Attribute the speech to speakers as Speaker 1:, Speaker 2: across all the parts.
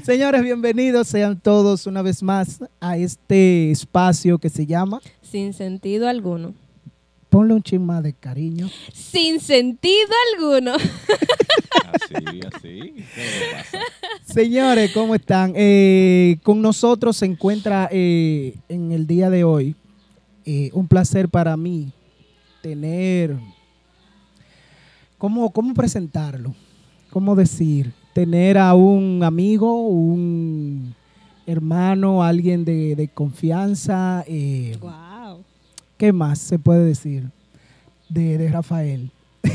Speaker 1: Señores, bienvenidos sean todos una vez más a este espacio que se llama
Speaker 2: Sin sentido alguno.
Speaker 1: Ponle un chin más de cariño.
Speaker 2: Sin sentido alguno.
Speaker 3: Así. ¿Qué pasa?
Speaker 1: Señores, ¿cómo están? Con nosotros se encuentra en el día de hoy un placer para mí tener, ¿cómo presentarlo? ¿Cómo decir? Tener a un amigo, un hermano, alguien de confianza.
Speaker 2: Wow.
Speaker 1: ¿Qué más se puede decir de Rafael?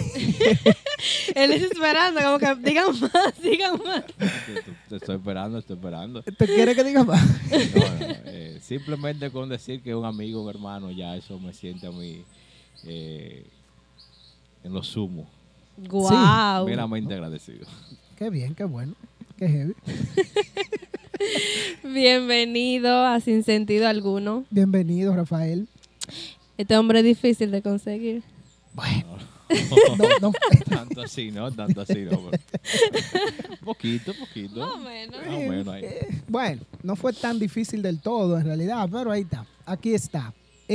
Speaker 2: Él está esperando, como que digan más.
Speaker 3: Te estoy esperando.
Speaker 1: ¿Te quiere que diga más?
Speaker 3: No, simplemente con decir que un amigo, un hermano, ya eso me siente a mí en lo sumo.
Speaker 2: Wow.
Speaker 3: Meramente agradecido.
Speaker 1: Qué bien, qué bueno, qué heavy.
Speaker 2: Bienvenido a Sin Sentido Alguno.
Speaker 1: Bienvenido, Rafael.
Speaker 2: Este hombre es difícil de conseguir.
Speaker 1: Bueno, no.
Speaker 3: Tanto así, ¿no? pero poquito.
Speaker 2: Más o menos.
Speaker 3: Más o menos ahí.
Speaker 1: Bueno, no fue tan difícil del todo en realidad, pero ahí está, aquí está.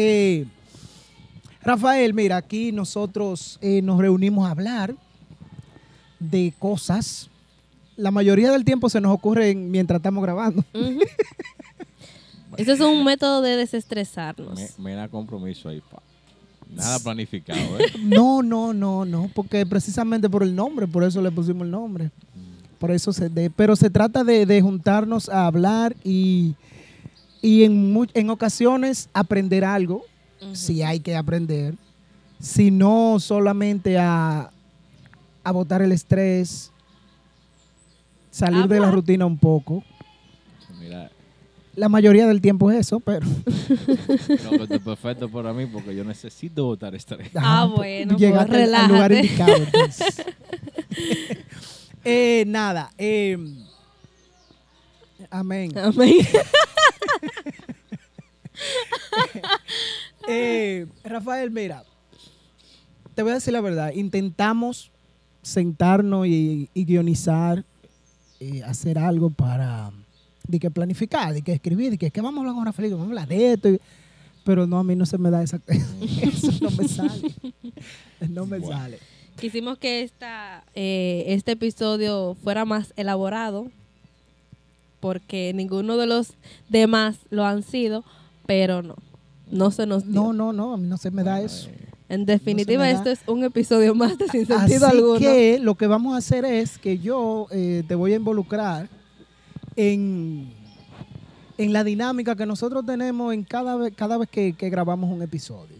Speaker 1: Rafael, mira, aquí nosotros nos reunimos a hablar de cosas. La mayoría del tiempo se nos ocurren mientras estamos grabando.
Speaker 2: Ujú. Eso es un método de desestresarnos.
Speaker 3: Me da compromiso ahí, pa. Nada planificado, ¿eh?
Speaker 1: No, porque precisamente por el nombre, por eso le pusimos el nombre. Por eso pero se trata de juntarnos a hablar y en ocasiones aprender algo, si hay que aprender, si no solamente a botar el estrés, salir de la rutina un poco.
Speaker 3: Mira,
Speaker 1: La mayoría del tiempo es eso, pero
Speaker 3: creo que esto es perfecto para mí porque yo necesito botar estrés.
Speaker 2: Bueno,
Speaker 1: llegaste
Speaker 2: pues
Speaker 1: al lugar
Speaker 2: relájate.
Speaker 1: indicado. Entonces. Nada. Amén.
Speaker 2: Amén.
Speaker 1: Rafael, mira, te voy a decir la verdad. Intentamos sentarnos y guionizar, hacer algo para de que planificar, de que escribir, de que vamos a hablar con Rafael, que vamos a hablar de esto. Pero no, a mí no se me da esa. Eso no me sale. No me sale.
Speaker 2: Quisimos que este episodio fuera más elaborado porque ninguno de los demás lo han sido, pero no se nos dio.
Speaker 1: No, a mí no se me da eso.
Speaker 2: En definitiva,
Speaker 1: no se me da.
Speaker 2: esto es un episodio más de Sin Sentido
Speaker 1: Así
Speaker 2: Alguno.
Speaker 1: que lo que vamos a hacer es que yo te voy a involucrar en la dinámica que nosotros tenemos en cada vez que grabamos un episodio.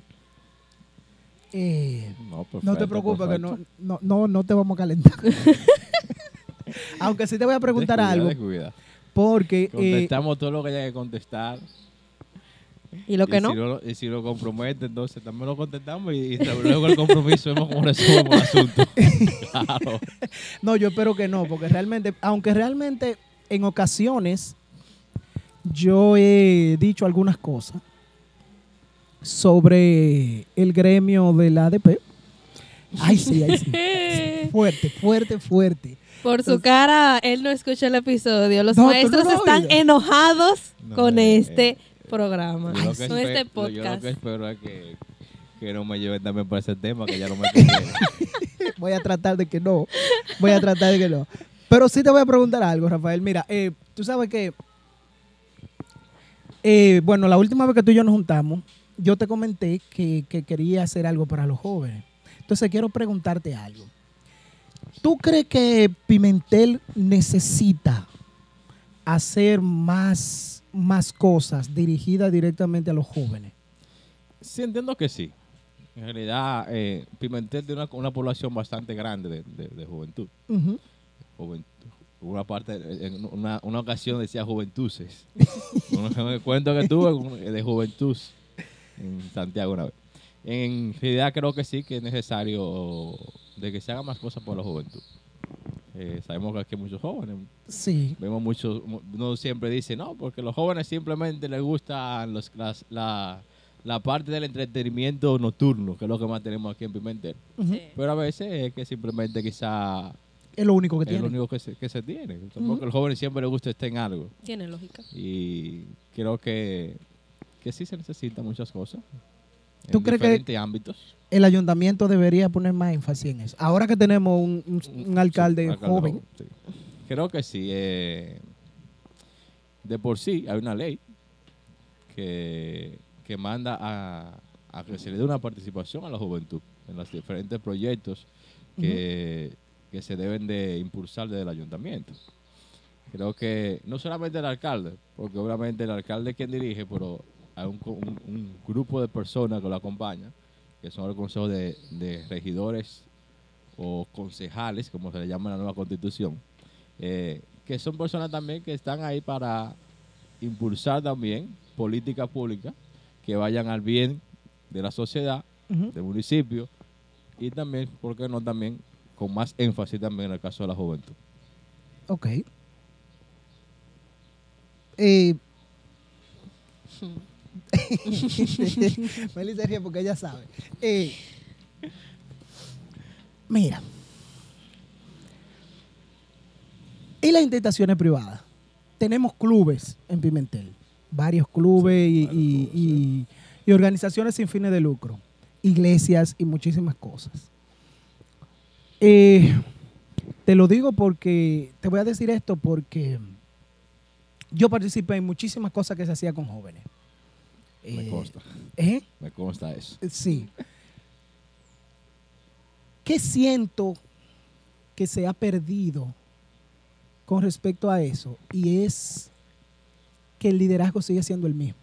Speaker 3: Perfecto,
Speaker 1: No te preocupes,
Speaker 3: perfecto.
Speaker 1: que no te vamos a calentar. Aunque sí te voy a preguntar algo.
Speaker 3: Descuida.
Speaker 1: Porque
Speaker 3: Contestamos todo lo que haya que contestar.
Speaker 2: ¿Y lo que no?
Speaker 3: Y si lo compromete, entonces también lo contestamos y luego el compromiso vemos cómo resolvemos el asunto. Claro.
Speaker 1: no, yo espero que no, porque aunque realmente en ocasiones yo he dicho algunas cosas sobre el gremio del ADP. Ay, sí. Fuerte.
Speaker 2: Por su cara, él no escucha el episodio. Los
Speaker 1: No, tú
Speaker 2: maestros
Speaker 1: no lo has
Speaker 2: están
Speaker 1: oído.
Speaker 2: enojados
Speaker 3: No,
Speaker 2: con este programa,
Speaker 3: Yo lo
Speaker 2: con
Speaker 3: que
Speaker 2: este
Speaker 3: Yo lo
Speaker 2: podcast.
Speaker 3: que espero es que no me lleven también por ese tema, que ya no me conviene.
Speaker 1: Voy a tratar de que no. Pero sí te voy a preguntar algo, Rafael. Mira, tú sabes que, bueno, la última vez que tú y yo nos juntamos, yo te comenté que quería hacer algo para los jóvenes. Entonces quiero preguntarte algo. ¿Tú crees que Pimentel necesita hacer más cosas dirigidas directamente a los jóvenes?
Speaker 3: Sí, entiendo que sí. En realidad, Pimentel tiene una población bastante grande de juventud.
Speaker 1: Ujú.
Speaker 3: Una parte, en una ocasión decía juventuces. Un cuento que tuve de juventud en Santiago una vez. En realidad creo que sí que es necesario de que se hagan más cosas por la juventud. Sabemos que aquí hay muchos jóvenes.
Speaker 1: Sí.
Speaker 3: Vemos muchos, uno siempre dice, no, porque los jóvenes simplemente les gusta la parte del entretenimiento nocturno, que es lo que más tenemos aquí en Pimentel.
Speaker 1: Ujú.
Speaker 2: Sí.
Speaker 3: Pero a veces es que simplemente quizá
Speaker 1: Es lo único que
Speaker 3: Es
Speaker 1: tiene.
Speaker 3: lo único que se tiene. Porque a los jóvenes siempre les gusta estar en algo.
Speaker 2: Tiene lógica.
Speaker 3: Y creo que sí se necesitan muchas cosas.
Speaker 1: ¿Tú
Speaker 3: en
Speaker 1: crees que
Speaker 3: diferentes ámbitos.
Speaker 1: el ayuntamiento debería poner más énfasis en eso? Ahora que tenemos un alcalde
Speaker 3: Sí,
Speaker 1: joven.
Speaker 3: sí. Creo que sí. De por sí hay una ley que manda a que se le dé una participación a la juventud en los diferentes proyectos que se deben de impulsar desde el ayuntamiento. Creo que no solamente el alcalde, porque obviamente el alcalde es quien dirige, pero hay un grupo de personas que lo acompañan, que son el consejo de regidores o concejales, como se le llama en la nueva constitución, que son personas también que están ahí para impulsar también políticas públicas que vayan al bien de la sociedad,
Speaker 1: Ujú.
Speaker 3: del municipio, y también, ¿por qué no también con más énfasis también en el caso de la juventud?
Speaker 1: Ok. Meli se ríe porque ella sabe. Mira. Y las instituciones privadas. Tenemos clubes en Pimentel. Varios clubes
Speaker 3: Sí,
Speaker 1: y,
Speaker 3: varios
Speaker 1: y-
Speaker 3: clubes, sí.
Speaker 1: y organizaciones sin fines de lucro. Iglesias y muchísimas cosas. Te lo digo porque, te voy a decir esto porque yo participé en muchísimas cosas que se hacía con jóvenes.
Speaker 3: Me consta.
Speaker 1: ¿Eh?
Speaker 3: Me consta eso.
Speaker 1: Sí. ¿Qué siento que se ha perdido con respecto a eso? Y es que el liderazgo sigue siendo el mismo.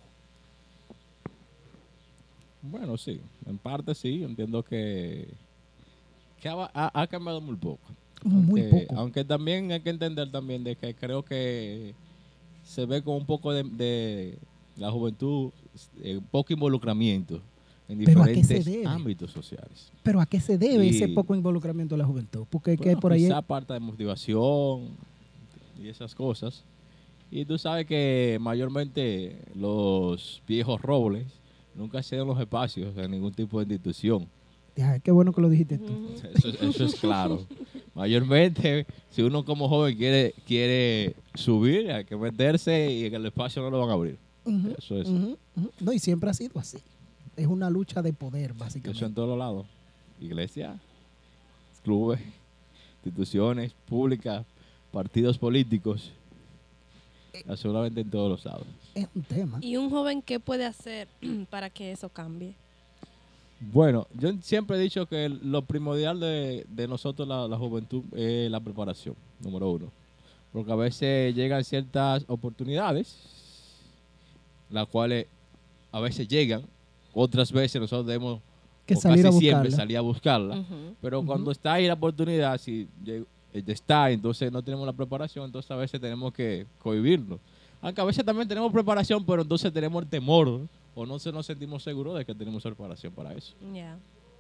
Speaker 3: Bueno, sí, en parte sí, entiendo que ha cambiado muy poco.
Speaker 1: Muy poco.
Speaker 3: Aunque también hay que entender también de que creo que se ve con un poco de la juventud, un poco involucramiento en
Speaker 1: ¿Pero a qué se
Speaker 3: diferentes
Speaker 1: debe?
Speaker 3: ámbitos sociales.
Speaker 1: Pero ¿a qué se debe
Speaker 3: Y-
Speaker 1: ese poco involucramiento de la juventud? Porque que
Speaker 3: Bueno,
Speaker 1: por ahí...
Speaker 3: quizá falta de motivación y esas cosas. Y tú sabes que mayormente los viejos robles nunca ceden los espacios en ningún tipo de institución.
Speaker 1: Ya, qué bueno que lo dijiste tú.
Speaker 3: Eso es claro. Mayormente, si uno como joven quiere subir, hay que meterse y en el espacio no lo van a abrir.
Speaker 1: Ujú,
Speaker 3: Eso es.
Speaker 1: ujú, ujú. No, y siempre ha sido así. Es una lucha de poder,
Speaker 3: Eso en
Speaker 1: básicamente.
Speaker 3: todos lados. Iglesias, clubes, instituciones públicas, partidos políticos. Absolutamente en todos los lados.
Speaker 1: Es un tema.
Speaker 2: ¿Y un joven qué puede hacer para que eso cambie?
Speaker 3: Bueno, yo siempre he dicho que lo primordial de nosotros, la juventud, es la preparación, número uno. Porque a veces llegan ciertas oportunidades, las cuales a veces llegan, otras veces nosotros debemos,
Speaker 1: Que
Speaker 3: o
Speaker 1: salir a
Speaker 3: casi siempre,
Speaker 1: buscarla.
Speaker 3: salir a buscarla.
Speaker 2: Ujú.
Speaker 3: Pero cuando está ahí la oportunidad, si está, entonces no tenemos la preparación, entonces a veces tenemos que cohibirnos. Aunque a veces también tenemos preparación, pero entonces tenemos el temor, ¿no? O no nos sentimos seguros de que tenemos preparación para eso.
Speaker 2: Ya.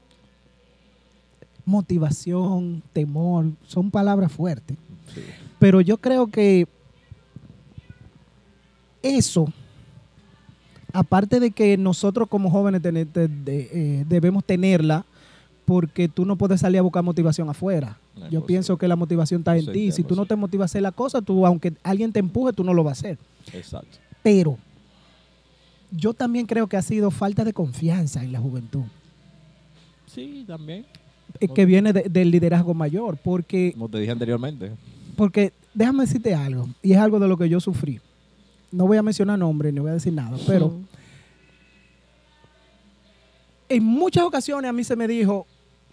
Speaker 1: Motivación, temor, son palabras fuertes.
Speaker 3: Sí.
Speaker 1: Pero yo creo que eso, aparte de que nosotros como jóvenes debemos tenerla, porque tú no puedes salir a buscar motivación afuera.
Speaker 3: No es
Speaker 1: Yo
Speaker 3: posible.
Speaker 1: pienso que la motivación está en
Speaker 3: Eso
Speaker 1: ti. Si
Speaker 3: entiendo,
Speaker 1: tú no
Speaker 3: sí.
Speaker 1: te motivas a hacer la cosa, tú, aunque alguien te empuje, tú no lo vas a hacer.
Speaker 3: Exacto.
Speaker 1: Pero yo también creo que ha sido falta de confianza en la juventud,
Speaker 3: Sí, también.
Speaker 1: que viene del liderazgo mayor, porque
Speaker 3: Como te dije anteriormente.
Speaker 1: déjame decirte algo, y es algo de lo que yo sufrí. No voy a mencionar nombres, ni voy a decir nada, pero
Speaker 2: Ujú.
Speaker 1: en muchas ocasiones a mí se me dijo,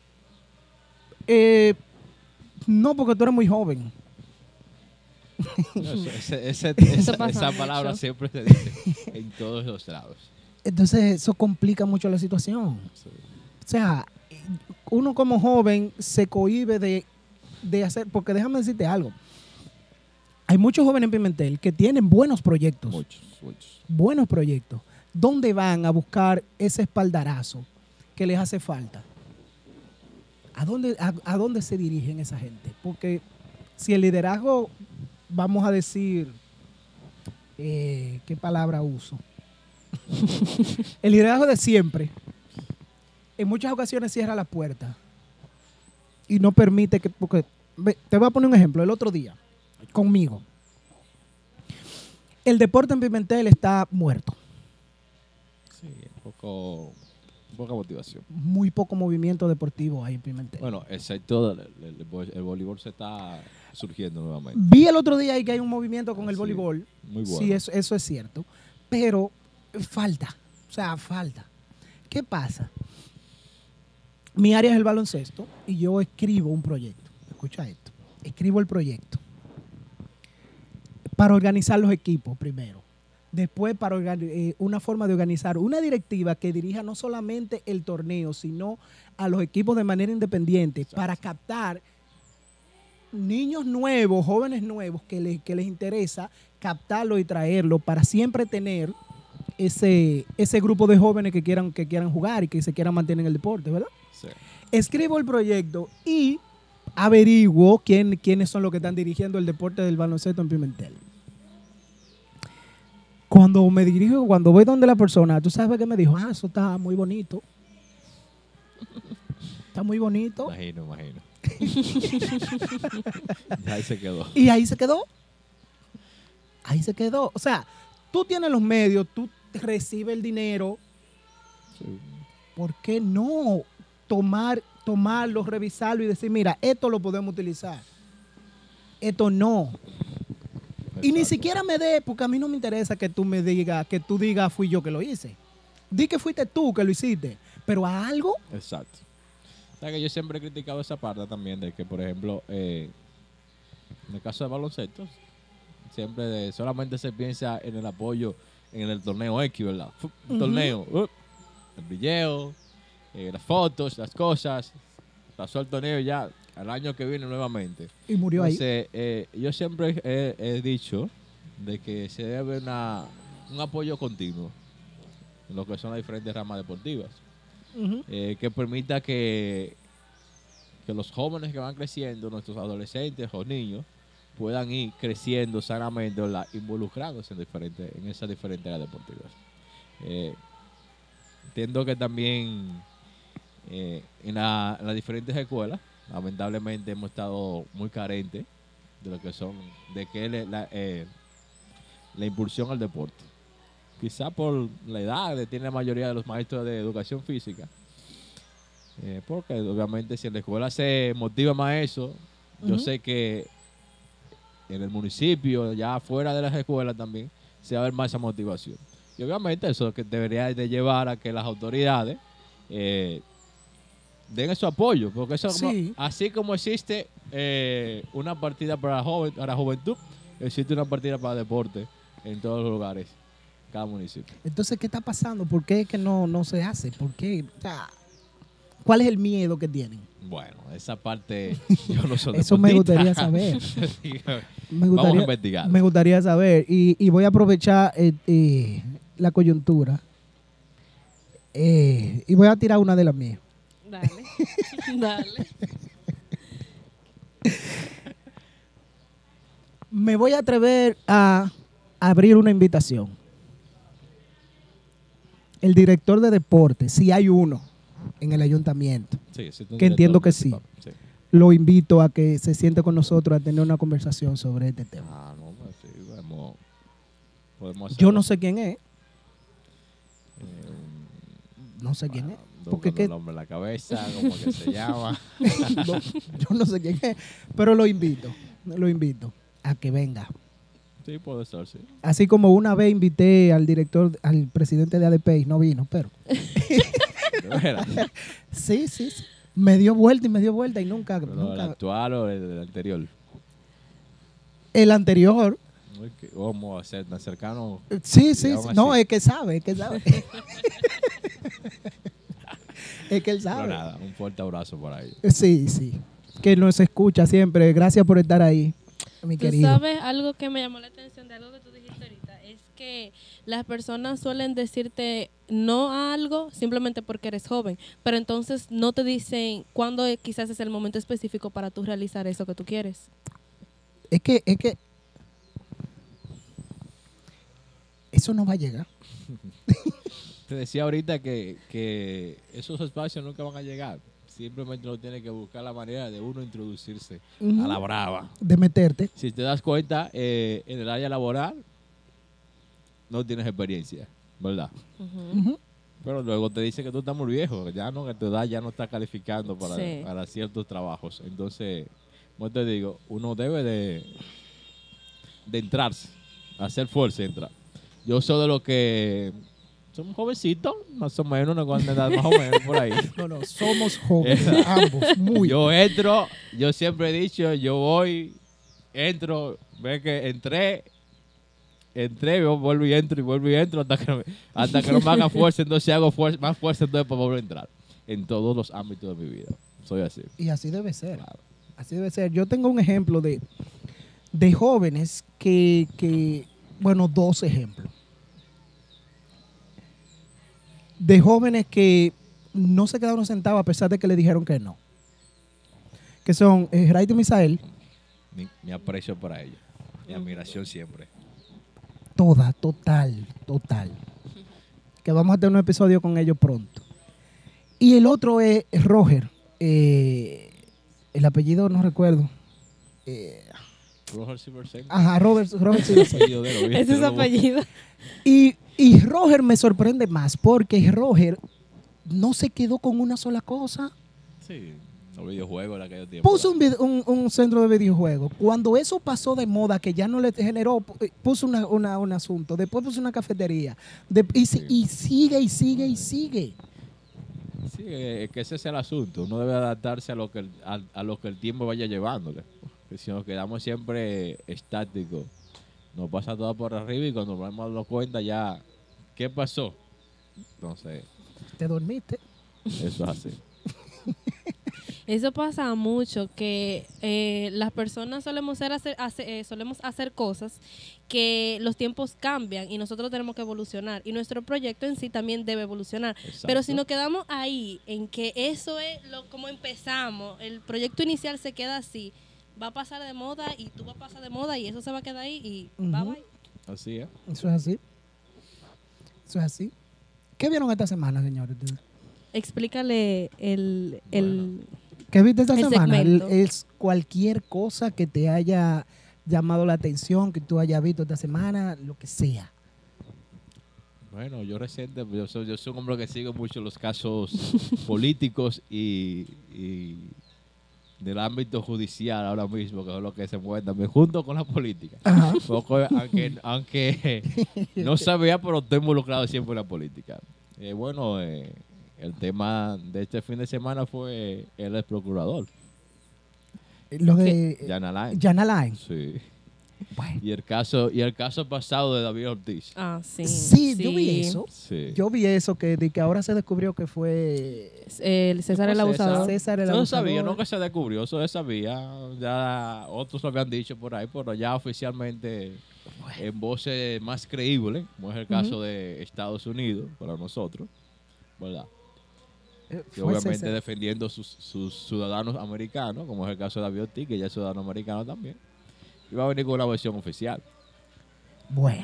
Speaker 1: no, porque tú eres muy joven.
Speaker 3: No,
Speaker 2: Eso pasa
Speaker 3: esa
Speaker 2: mucho.
Speaker 3: palabra siempre se dice en todos los lados.
Speaker 1: Entonces eso complica mucho la situación.
Speaker 3: Sí.
Speaker 1: O sea, uno como joven se cohíbe de hacer, porque déjame decirte algo. Hay muchos jóvenes en Pimentel que tienen buenos proyectos.
Speaker 3: Muchos.
Speaker 1: Buenos proyectos. ¿Dónde van a buscar ese espaldarazo que les hace falta? ¿A dónde se dirigen esa gente? Porque si el liderazgo, vamos a decir, ¿qué palabra uso? El liderazgo de siempre, en muchas ocasiones cierra la puerta y no permite que, porque te voy a poner un ejemplo. El otro día, conmigo, el deporte en Pimentel está muerto.
Speaker 3: Sí, poca motivación.
Speaker 1: Muy poco movimiento deportivo hay en Pimentel.
Speaker 3: Bueno, excepto el voleibol se está surgiendo nuevamente.
Speaker 1: Vi el otro día ahí que hay un movimiento con el
Speaker 3: Sí,
Speaker 1: voleibol.
Speaker 3: muy bueno.
Speaker 1: Sí, eso es cierto. Pero falta. O sea, falta. ¿Qué pasa? Mi área es el baloncesto y yo escribo un proyecto. Escucha esto. Escribo el proyecto para organizar los equipos primero. Después para una forma de organizar una directiva que dirija no solamente el torneo, sino a los equipos de manera independiente. Exacto. Para captar niños nuevos, jóvenes nuevos que les interesa captarlo y traerlo para siempre tener ese grupo de jóvenes que quieran jugar y que se quieran mantener en el deporte, ¿verdad?
Speaker 3: Sí.
Speaker 1: Escribo el proyecto y averiguo quiénes son los que están dirigiendo el deporte del baloncesto en Pimentel. Cuando voy donde la persona, ¿tú sabes qué me dijo? Eso está muy bonito. Está muy bonito.
Speaker 3: Imagino. Y ahí se quedó.
Speaker 1: Y ahí se quedó. Ahí se quedó. O sea, tú tienes los medios, tú recibes el dinero.
Speaker 3: Sí.
Speaker 1: ¿Por qué no tomarlo, revisarlo y decir, mira, esto lo podemos utilizar? Esto no. Exacto. Y ni siquiera me dé, porque a mí no me interesa que tú digas, fui yo que lo hice. Di que fuiste tú que lo hiciste, pero a algo.
Speaker 3: Exacto. O sea, que yo siempre he criticado esa parte también de que, por ejemplo, en el caso de baloncesto, siempre solamente se piensa en el apoyo en el torneo X, ¿verdad? Un torneo, el video, las fotos, las cosas, pasó el torneo ya al año que viene nuevamente.
Speaker 1: Y murió
Speaker 3: entonces, ahí. Yo siempre he dicho de que se debe un apoyo continuo en lo que son las diferentes ramas deportivas. Que permita que los jóvenes que van creciendo, nuestros adolescentes o niños, puedan ir creciendo sanamente, ¿verdad? Involucrándose en esas diferentes áreas deportivas. Entiendo que también en las diferentes escuelas, lamentablemente hemos estado muy carentes de lo que son, de que la impulsión al deporte. Quizá por la edad que tiene la mayoría de los maestros de educación física. Porque obviamente si en la escuela se motiva más eso, yo sé que en el municipio, ya fuera de las escuelas también, se va a ver más esa motivación. Y obviamente eso que debería de llevar a que las autoridades den su apoyo, porque eso sí. Así como existe una partida para la juventud, existe una partida para deporte en todos los lugares, cada municipio.
Speaker 1: Entonces, ¿qué está pasando? ¿Por qué es que no se hace? ¿Por qué? O sea, ¿cuál es el miedo que tienen?
Speaker 3: Bueno, esa parte yo no soy
Speaker 1: eso me gustaría saber.
Speaker 3: Vamos a investigar.
Speaker 1: Me gustaría saber y voy a aprovechar la coyuntura y voy a tirar una de las mías.
Speaker 2: Dale.
Speaker 1: Me voy a atrever a abrir una invitación. El director de deporte, si hay uno en el ayuntamiento, que entiendo que sí, lo invito a que se siente con nosotros a tener una conversación sobre este tema.
Speaker 3: No, pues sí, podemos
Speaker 1: yo no sé quién es. No sé quién es. Porque
Speaker 3: el hombre en la cabeza, como que se llama.
Speaker 1: Yo no sé quién es, pero lo invito a que venga.
Speaker 3: Sí, puede ser, sí.
Speaker 1: Así como una vez invité al presidente de ADP y no vino, pero.
Speaker 3: ¿De veras?
Speaker 1: Sí. Me dio vuelta y nunca.
Speaker 3: ¿El actual o el anterior?
Speaker 1: El anterior.
Speaker 3: ¿Cómo hacer tan cercano?
Speaker 1: Sí. No, es que sabe. Es que él sabe.
Speaker 3: Pero nada, un fuerte abrazo por ahí.
Speaker 1: Sí. Que nos escucha siempre. Gracias por estar ahí, mi querido.
Speaker 2: ¿Tú sabes algo que me llamó la atención de algo que tú dijiste ahorita? Es que las personas suelen decirte no a algo simplemente porque eres joven, pero entonces no te dicen cuándo quizás es el momento específico para tú realizar eso que tú quieres.
Speaker 1: Es que eso no va a llegar.
Speaker 3: Te decía ahorita que esos espacios nunca van a llegar. simplemente uno tiene que buscar la manera de uno introducirse
Speaker 1: Ujú.
Speaker 3: a la brava.
Speaker 1: De meterte.
Speaker 3: Si te das cuenta, en el área laboral no tienes experiencia, ¿verdad?
Speaker 1: Ujú.
Speaker 3: Pero luego te dice que tú estás muy viejo, ya no, que tu edad ya no está calificando
Speaker 2: Sí.
Speaker 3: para ciertos trabajos. Entonces, como te digo, uno debe de entrarse, hacer fuerza y entrar. Yo soy de los que son jovencitos, más o menos, no van a andar más o menos por ahí.
Speaker 1: No, somos jóvenes, ambos, muy.
Speaker 3: Yo entro, yo siempre he dicho, yo voy, entro, ve que entré, yo vuelvo y entro hasta que no me haga fuerza, entonces hago más fuerza entonces para volver a entrar. En todos los ámbitos de mi vida. Soy así.
Speaker 1: Y así debe ser.
Speaker 3: Claro.
Speaker 1: Así debe ser. Yo tengo un ejemplo de jóvenes bueno, dos ejemplos. De jóvenes que no se quedaron sentados a pesar de que le dijeron que no. Que son Raid y Misael,
Speaker 3: Mi aprecio para ellos. Mi admiración siempre.
Speaker 1: total. Que vamos a tener un episodio con ellos pronto. Y el otro es Roger. El apellido no recuerdo.
Speaker 3: Roger Silverstein.
Speaker 1: Ajá, Roger Silverstein.
Speaker 3: Apellido de él, ¿oíste?
Speaker 2: Ese es su
Speaker 3: No lo-
Speaker 2: apellido.
Speaker 1: Y Roger me sorprende más porque Roger no se quedó con una sola cosa.
Speaker 3: Sí, los videojuegos de aquellos tiempos.
Speaker 1: Puso un centro de videojuegos. Cuando eso pasó de moda, que ya no le generó, puso un asunto. Después puso una cafetería. Y sigue.
Speaker 3: Sí, que ese es el asunto. Uno debe adaptarse a lo que a lo que el tiempo vaya llevándole. Que si nos quedamos siempre estáticos, nos pasa todo por arriba y cuando nos vamos a dar cuenta ya, ¿qué pasó? Entonces,
Speaker 1: Te dormiste.
Speaker 3: eso es así.
Speaker 2: Eso pasa mucho, que las personas solemos hacer cosas que los tiempos cambian y nosotros tenemos que evolucionar. Y nuestro proyecto en sí también debe evolucionar.
Speaker 3: Exacto.
Speaker 2: Pero si nos quedamos ahí, en que eso es como empezamos, el proyecto inicial se queda así, va a pasar de moda y tú vas a pasar de moda y eso se va a quedar ahí y
Speaker 1: Ujú.
Speaker 2: bye bye.
Speaker 3: Así es.
Speaker 1: Eso es así. ¿Qué vieron esta semana, señores?
Speaker 2: Explícale el
Speaker 1: ¿Qué viste esta
Speaker 2: El
Speaker 1: semana?
Speaker 2: segmento.
Speaker 1: Es cualquier cosa que te haya llamado la atención, que tú hayas visto esta semana, lo que sea.
Speaker 3: Bueno, yo soy un hombre que sigo mucho los casos políticos y del ámbito judicial ahora mismo, que es lo que se mueve también, junto con la política.
Speaker 1: Ajá.
Speaker 3: Aunque no sabía, pero estoy involucrado siempre en la política. El tema de este fin de semana fue el ex procurador,
Speaker 1: Lo de
Speaker 3: Jan Alain.
Speaker 1: Jan Alain.
Speaker 3: Sí.
Speaker 1: Bueno,
Speaker 3: Y el caso pasado de David Ortiz.
Speaker 2: Ah, sí.
Speaker 1: sí, yo vi eso.
Speaker 3: Sí.
Speaker 1: Yo vi eso de que ahora se descubrió que fue
Speaker 2: El César el abusador.
Speaker 1: César el
Speaker 3: Yo no
Speaker 1: abusador.
Speaker 3: sabía, no que se descubrió, eso se sabía. Ya otros lo habían dicho por ahí, pero ya oficialmente en voces más creíbles, como es el caso de Estados Unidos, para nosotros, ¿verdad? Y
Speaker 1: Fue
Speaker 3: obviamente
Speaker 1: César.
Speaker 3: defendiendo sus ciudadanos americanos, como es el caso de David Ortiz, que ya es ciudadano americano también. Y va a venir con una versión oficial.
Speaker 1: Bueno.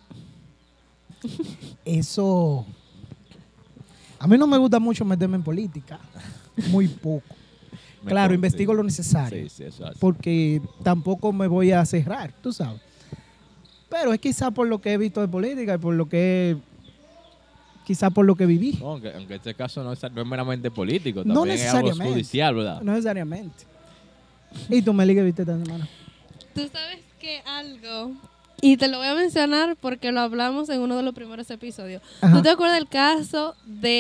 Speaker 1: Eso. A mí no me gusta mucho meterme en política. Muy poco. Claro,
Speaker 3: Mejor,
Speaker 1: investigo
Speaker 3: sí.
Speaker 1: lo necesario.
Speaker 3: Sí, sí, eso es así.
Speaker 1: Porque tampoco me voy a cerrar, tú sabes. Pero es quizá por lo que he visto de política y por lo que quizá por lo que viví.
Speaker 3: No, aunque en este caso no es meramente político,
Speaker 1: No
Speaker 3: también es algo
Speaker 1: necesariamente.
Speaker 3: judicial, ¿verdad?
Speaker 1: No necesariamente. ¿Y tú, Meli, qué viste esta semana?
Speaker 2: Tú sabes que algo, y te lo voy a mencionar porque lo hablamos en uno de los primeros episodios.
Speaker 1: Ajá.
Speaker 2: ¿Tú te acuerdas del caso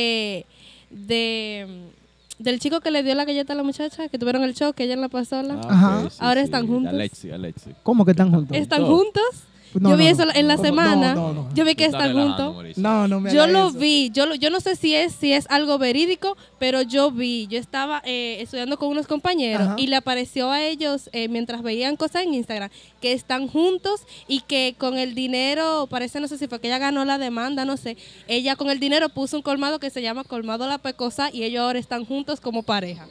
Speaker 2: del chico que le dio la galleta a la muchacha, que tuvieron el choque, ella en la pasola?
Speaker 1: Ajá.
Speaker 3: ok,
Speaker 2: Ahora están juntos.
Speaker 3: Alexi.
Speaker 1: ¿Cómo que están juntos?
Speaker 2: ¿Están
Speaker 3: Juntos.
Speaker 2: juntos?
Speaker 1: No,
Speaker 2: yo vi
Speaker 1: no,
Speaker 2: eso
Speaker 1: no.
Speaker 2: en la
Speaker 1: No,
Speaker 2: semana.
Speaker 1: no.
Speaker 2: Yo vi que
Speaker 3: Tú estás
Speaker 2: están
Speaker 3: relajando,
Speaker 2: juntos.
Speaker 3: Marisa.
Speaker 1: No me
Speaker 2: Yo
Speaker 1: hagas
Speaker 2: lo
Speaker 1: eso.
Speaker 2: vi, yo no sé si es algo verídico, pero yo estaba estudiando con unos compañeros
Speaker 1: Ajá.
Speaker 2: y le apareció a ellos mientras veían cosas en Instagram que están juntos y que con el dinero, parece, no sé si fue que ella ganó la demanda, no sé, ella con el dinero puso un colmado que se llama Colmado La Pecosa y ellos ahora están juntos como pareja.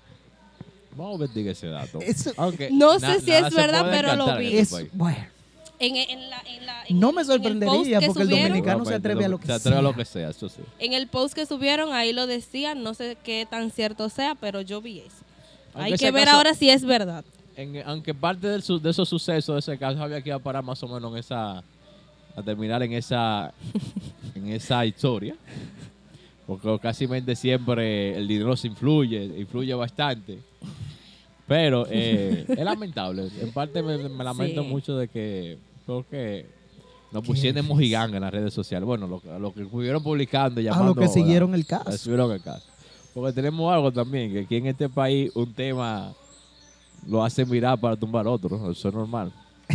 Speaker 3: Vamos a investigar ese dato.
Speaker 1: Eso-
Speaker 3: Aunque
Speaker 2: No sé si
Speaker 3: nada
Speaker 2: es
Speaker 3: se
Speaker 2: verdad,
Speaker 3: puede
Speaker 2: pero lo
Speaker 3: descartar en
Speaker 2: vi.
Speaker 3: este
Speaker 1: Es,
Speaker 3: país.
Speaker 1: bueno, No me
Speaker 2: en el post
Speaker 1: sorprendería
Speaker 2: que
Speaker 1: porque el
Speaker 2: subieron,
Speaker 1: dominicano se atreve a lo que
Speaker 3: Se atreve a lo
Speaker 1: sea.
Speaker 3: que sea, eso sí.
Speaker 2: En el post que subieron, ahí lo decían, no sé qué tan cierto sea, pero yo vi eso.
Speaker 3: Aunque
Speaker 2: Hay que
Speaker 3: ese
Speaker 2: ver
Speaker 3: caso-
Speaker 2: ahora si es verdad.
Speaker 3: Aunque parte de esos sucesos de ese caso había que ir a parar más o menos a terminar en esa historia. Porque casi siempre el dinero se influye bastante. Pero es lamentable. En parte me lamento
Speaker 2: Sí.
Speaker 3: mucho de que porque nos pusieron de mojiganga en las redes sociales. Bueno, lo que estuvieron publicando,
Speaker 1: A
Speaker 3: llamando.
Speaker 1: lo que siguieron el
Speaker 3: ¿verdad?
Speaker 1: caso.
Speaker 3: Siguieron el caso. Porque tenemos algo también, que aquí en este país un tema lo hace mirar para tumbar otro. Eso es normal.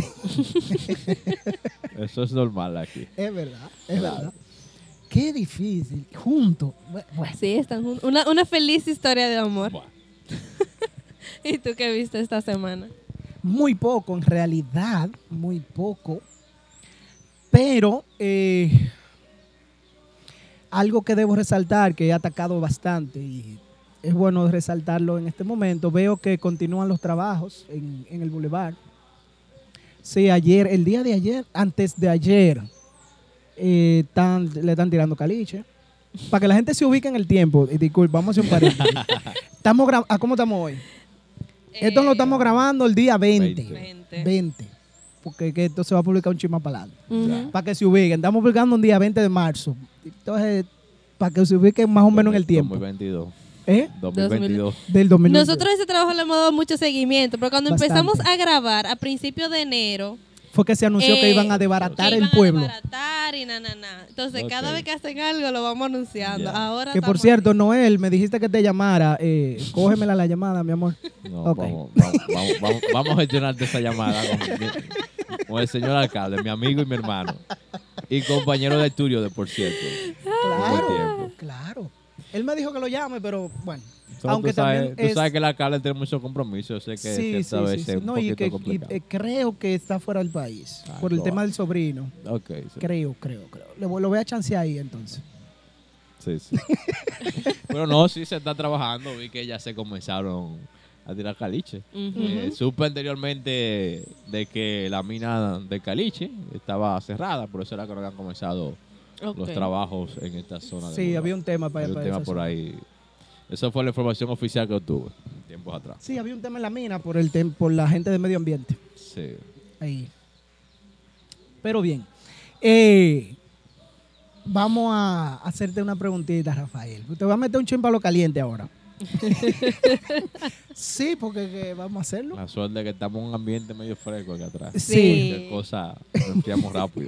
Speaker 3: Eso es normal aquí.
Speaker 1: Es verdad, es
Speaker 3: Claro.
Speaker 1: verdad. Qué difícil. Juntos. Bueno,
Speaker 2: Sí, están juntos. Una feliz historia de amor.
Speaker 3: Bueno,
Speaker 2: ¿Y tú qué viste esta semana?
Speaker 1: muy poco, en realidad, muy poco. Pero algo que debo resaltar, que he atacado bastante y es bueno resaltarlo en este momento, veo que continúan los trabajos en el Boulevard. Sí, el día de ayer, antes de ayer, le están tirando caliche. Para que la gente se ubique en el tiempo, y disculpe, vamos a hacer un paréntesis. ¿Cómo estamos hoy? Esto lo estamos grabando el día 20. 20. Porque que esto se va a publicar un chisme para adelante.
Speaker 2: Ujú.
Speaker 1: Para que se ubiquen. Estamos publicando un día 20 de marzo. Entonces, para que se ubiquen más o menos en el tiempo.
Speaker 3: 2022.
Speaker 1: ¿Eh?
Speaker 3: 2022.
Speaker 1: Del 2020.
Speaker 2: Nosotros ese trabajo le hemos dado mucho seguimiento, pero cuando
Speaker 1: Bastante.
Speaker 2: empezamos a grabar a principios de enero,
Speaker 1: Fue que se anunció que iban a desbaratar
Speaker 2: que
Speaker 1: el
Speaker 2: iban
Speaker 1: pueblo.
Speaker 2: a desbaratar y na. Entonces,
Speaker 3: Ok.
Speaker 2: cada vez que hacen algo lo vamos anunciando.
Speaker 3: Ya.
Speaker 2: Ahora
Speaker 1: Que por
Speaker 2: estamos
Speaker 1: cierto,
Speaker 2: así.
Speaker 1: Noel, me dijiste que te llamara. Cógemela la llamada, mi amor.
Speaker 3: No,
Speaker 1: Ok.
Speaker 3: vamos a gestionarte esa llamada con el señor alcalde, mi amigo y mi hermano. Y compañero de estudio, por cierto. Buen tiempo.
Speaker 1: Claro. Él me dijo que lo llame, pero bueno.
Speaker 3: Solo
Speaker 1: Aunque
Speaker 3: tú sabes,
Speaker 1: también
Speaker 3: tú sabes que el alcalde tiene muchos compromisos. Yo sé que cierta vez es un
Speaker 1: No, y
Speaker 3: poquito
Speaker 1: que
Speaker 3: complicado.
Speaker 1: creo que está fuera del país.
Speaker 3: Ah,
Speaker 1: por el
Speaker 3: lo
Speaker 1: tema
Speaker 3: va.
Speaker 1: del sobrino.
Speaker 3: Ok, sí.
Speaker 1: Creo. Lo voy a chancear ahí entonces.
Speaker 3: Sí. Pero no, sí se está trabajando. Vi que ya se comenzaron a tirar caliche.
Speaker 2: Ujú.
Speaker 3: Supe anteriormente de que la mina de caliche estaba cerrada, por eso era que no habían comenzado
Speaker 2: Ok.
Speaker 3: los trabajos en esta zona. de
Speaker 1: Sí,
Speaker 3: Boulevard.
Speaker 1: había un tema para
Speaker 3: Había un
Speaker 1: para
Speaker 3: tema
Speaker 1: esa
Speaker 3: por
Speaker 1: zona.
Speaker 3: ahí. Esa fue la información oficial que obtuve tiempos atrás.
Speaker 1: Sí, había un tema en la mina por la gente de medio ambiente.
Speaker 3: Sí.
Speaker 1: Ahí. Pero bien. Vamos a hacerte una preguntita, Rafael. Te voy a meter un chin para lo caliente ahora. Sí, porque vamos a hacerlo.
Speaker 3: La suerte es que estamos en un ambiente medio fresco acá atrás.
Speaker 1: Sí.
Speaker 3: Cualquier cosa nos enfriamos rápido.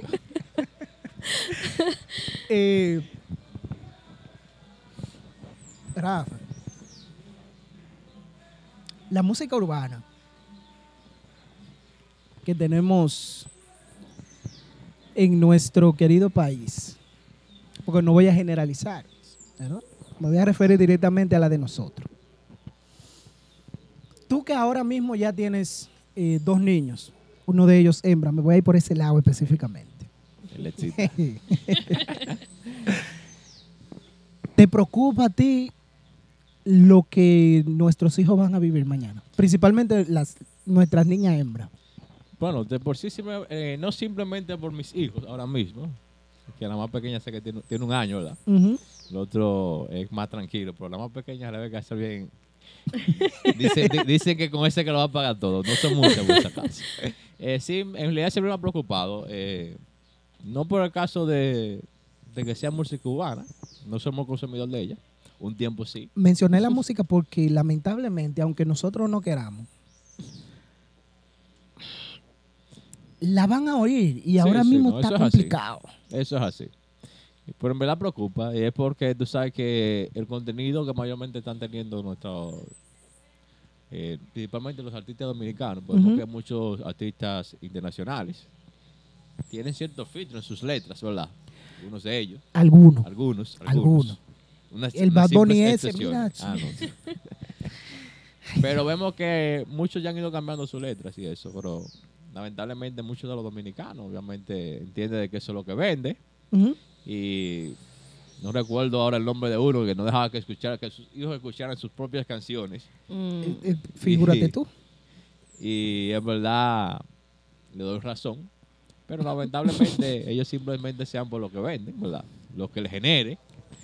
Speaker 1: Rafa, la música urbana que tenemos en nuestro querido país, porque no voy a generalizar, ¿verdad? Me voy a referir directamente a la de nosotros. Tú que ahora mismo ya tienes 2 niños, uno de ellos hembra, me voy a ir por ese lado específicamente.
Speaker 3: El éxito.
Speaker 1: ¿Te preocupa a ti lo que nuestros hijos van a vivir mañana? Principalmente nuestras niñas hembras.
Speaker 3: Bueno, de por sí, no simplemente por mis hijos ahora mismo, que la más pequeña sé que tiene 1 año, ¿verdad?
Speaker 1: Ujú.
Speaker 3: El otro es más tranquilo, pero la más pequeña le ve que hacer bien. Dicen que con ese que lo va a pagar todo. No son muchas por esa casa. Sí, en realidad siempre me ha preocupado. No por el caso de que sea música cubana. No somos consumidores de ella. Un tiempo sí.
Speaker 1: Mencioné la música porque lamentablemente, aunque nosotros no queramos, la van a oír y ahora
Speaker 3: sí,
Speaker 1: mismo
Speaker 3: no,
Speaker 1: está
Speaker 3: eso es así.
Speaker 1: complicado.
Speaker 3: Eso es así. Pero en verdad preocupa. Y es porque tú sabes que el contenido que mayormente están teniendo nuestros... principalmente los artistas dominicanos, porque
Speaker 1: Ujú.
Speaker 3: hay muchos artistas internacionales tienen cierto filtro en sus letras, ¿verdad? Algunos de ellos.
Speaker 1: Algunos.
Speaker 3: Algunos.
Speaker 1: Algunos. El
Speaker 3: Unas
Speaker 1: Bad Bunny
Speaker 3: simples
Speaker 1: ese,
Speaker 3: excepciones.
Speaker 1: mira.
Speaker 3: No, sí. Pero vemos que muchos ya han ido cambiando sus letras y eso, pero lamentablemente muchos de los dominicanos obviamente entienden de que eso es lo que vende
Speaker 1: Ujú.
Speaker 3: y no recuerdo ahora el nombre de uno que no dejaba que sus hijos escucharan sus propias canciones
Speaker 1: Figúrate
Speaker 3: Y-
Speaker 1: tú.
Speaker 3: y en verdad le doy razón. Pero lamentablemente ellos simplemente sean por lo que venden, ¿verdad? Lo que les genere.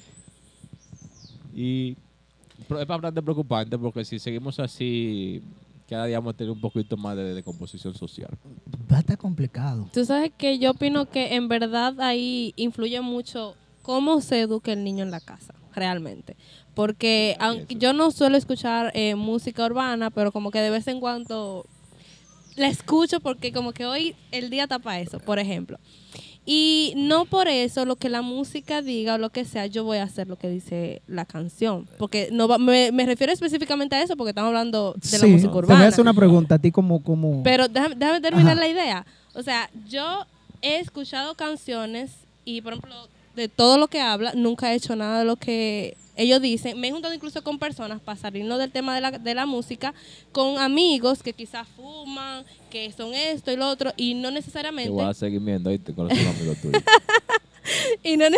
Speaker 3: Y es bastante preocupante porque si seguimos así, cada día vamos a tener un poquito más de composición social.
Speaker 1: Va a estar complicado.
Speaker 2: Tú sabes que yo opino que en verdad ahí influye mucho cómo se educa el niño en la casa, realmente. Porque aunque yo no suelo escuchar música urbana, pero como que de vez en cuando la escucho porque como que hoy el día tapa eso, por ejemplo. Y no por eso lo que la música diga o lo que sea, yo voy a hacer lo que dice la canción. Porque no me refiero específicamente a eso porque estamos hablando de la música
Speaker 1: te voy
Speaker 2: urbana.
Speaker 1: a hacer una pregunta a ti como...
Speaker 2: Pero déjame terminar
Speaker 1: Ajá.
Speaker 2: la idea. O sea, yo he escuchado canciones y, por ejemplo, de todo lo que habla, nunca he hecho nada de lo que ellos dicen. Me he juntado incluso con personas para salirnos del tema de la música, con amigos que quizás fuman, que son esto y lo otro, y no
Speaker 3: Te
Speaker 2: necesariamente...
Speaker 3: voy a dar seguimiento ahí con los amigos tuyos.
Speaker 2: y no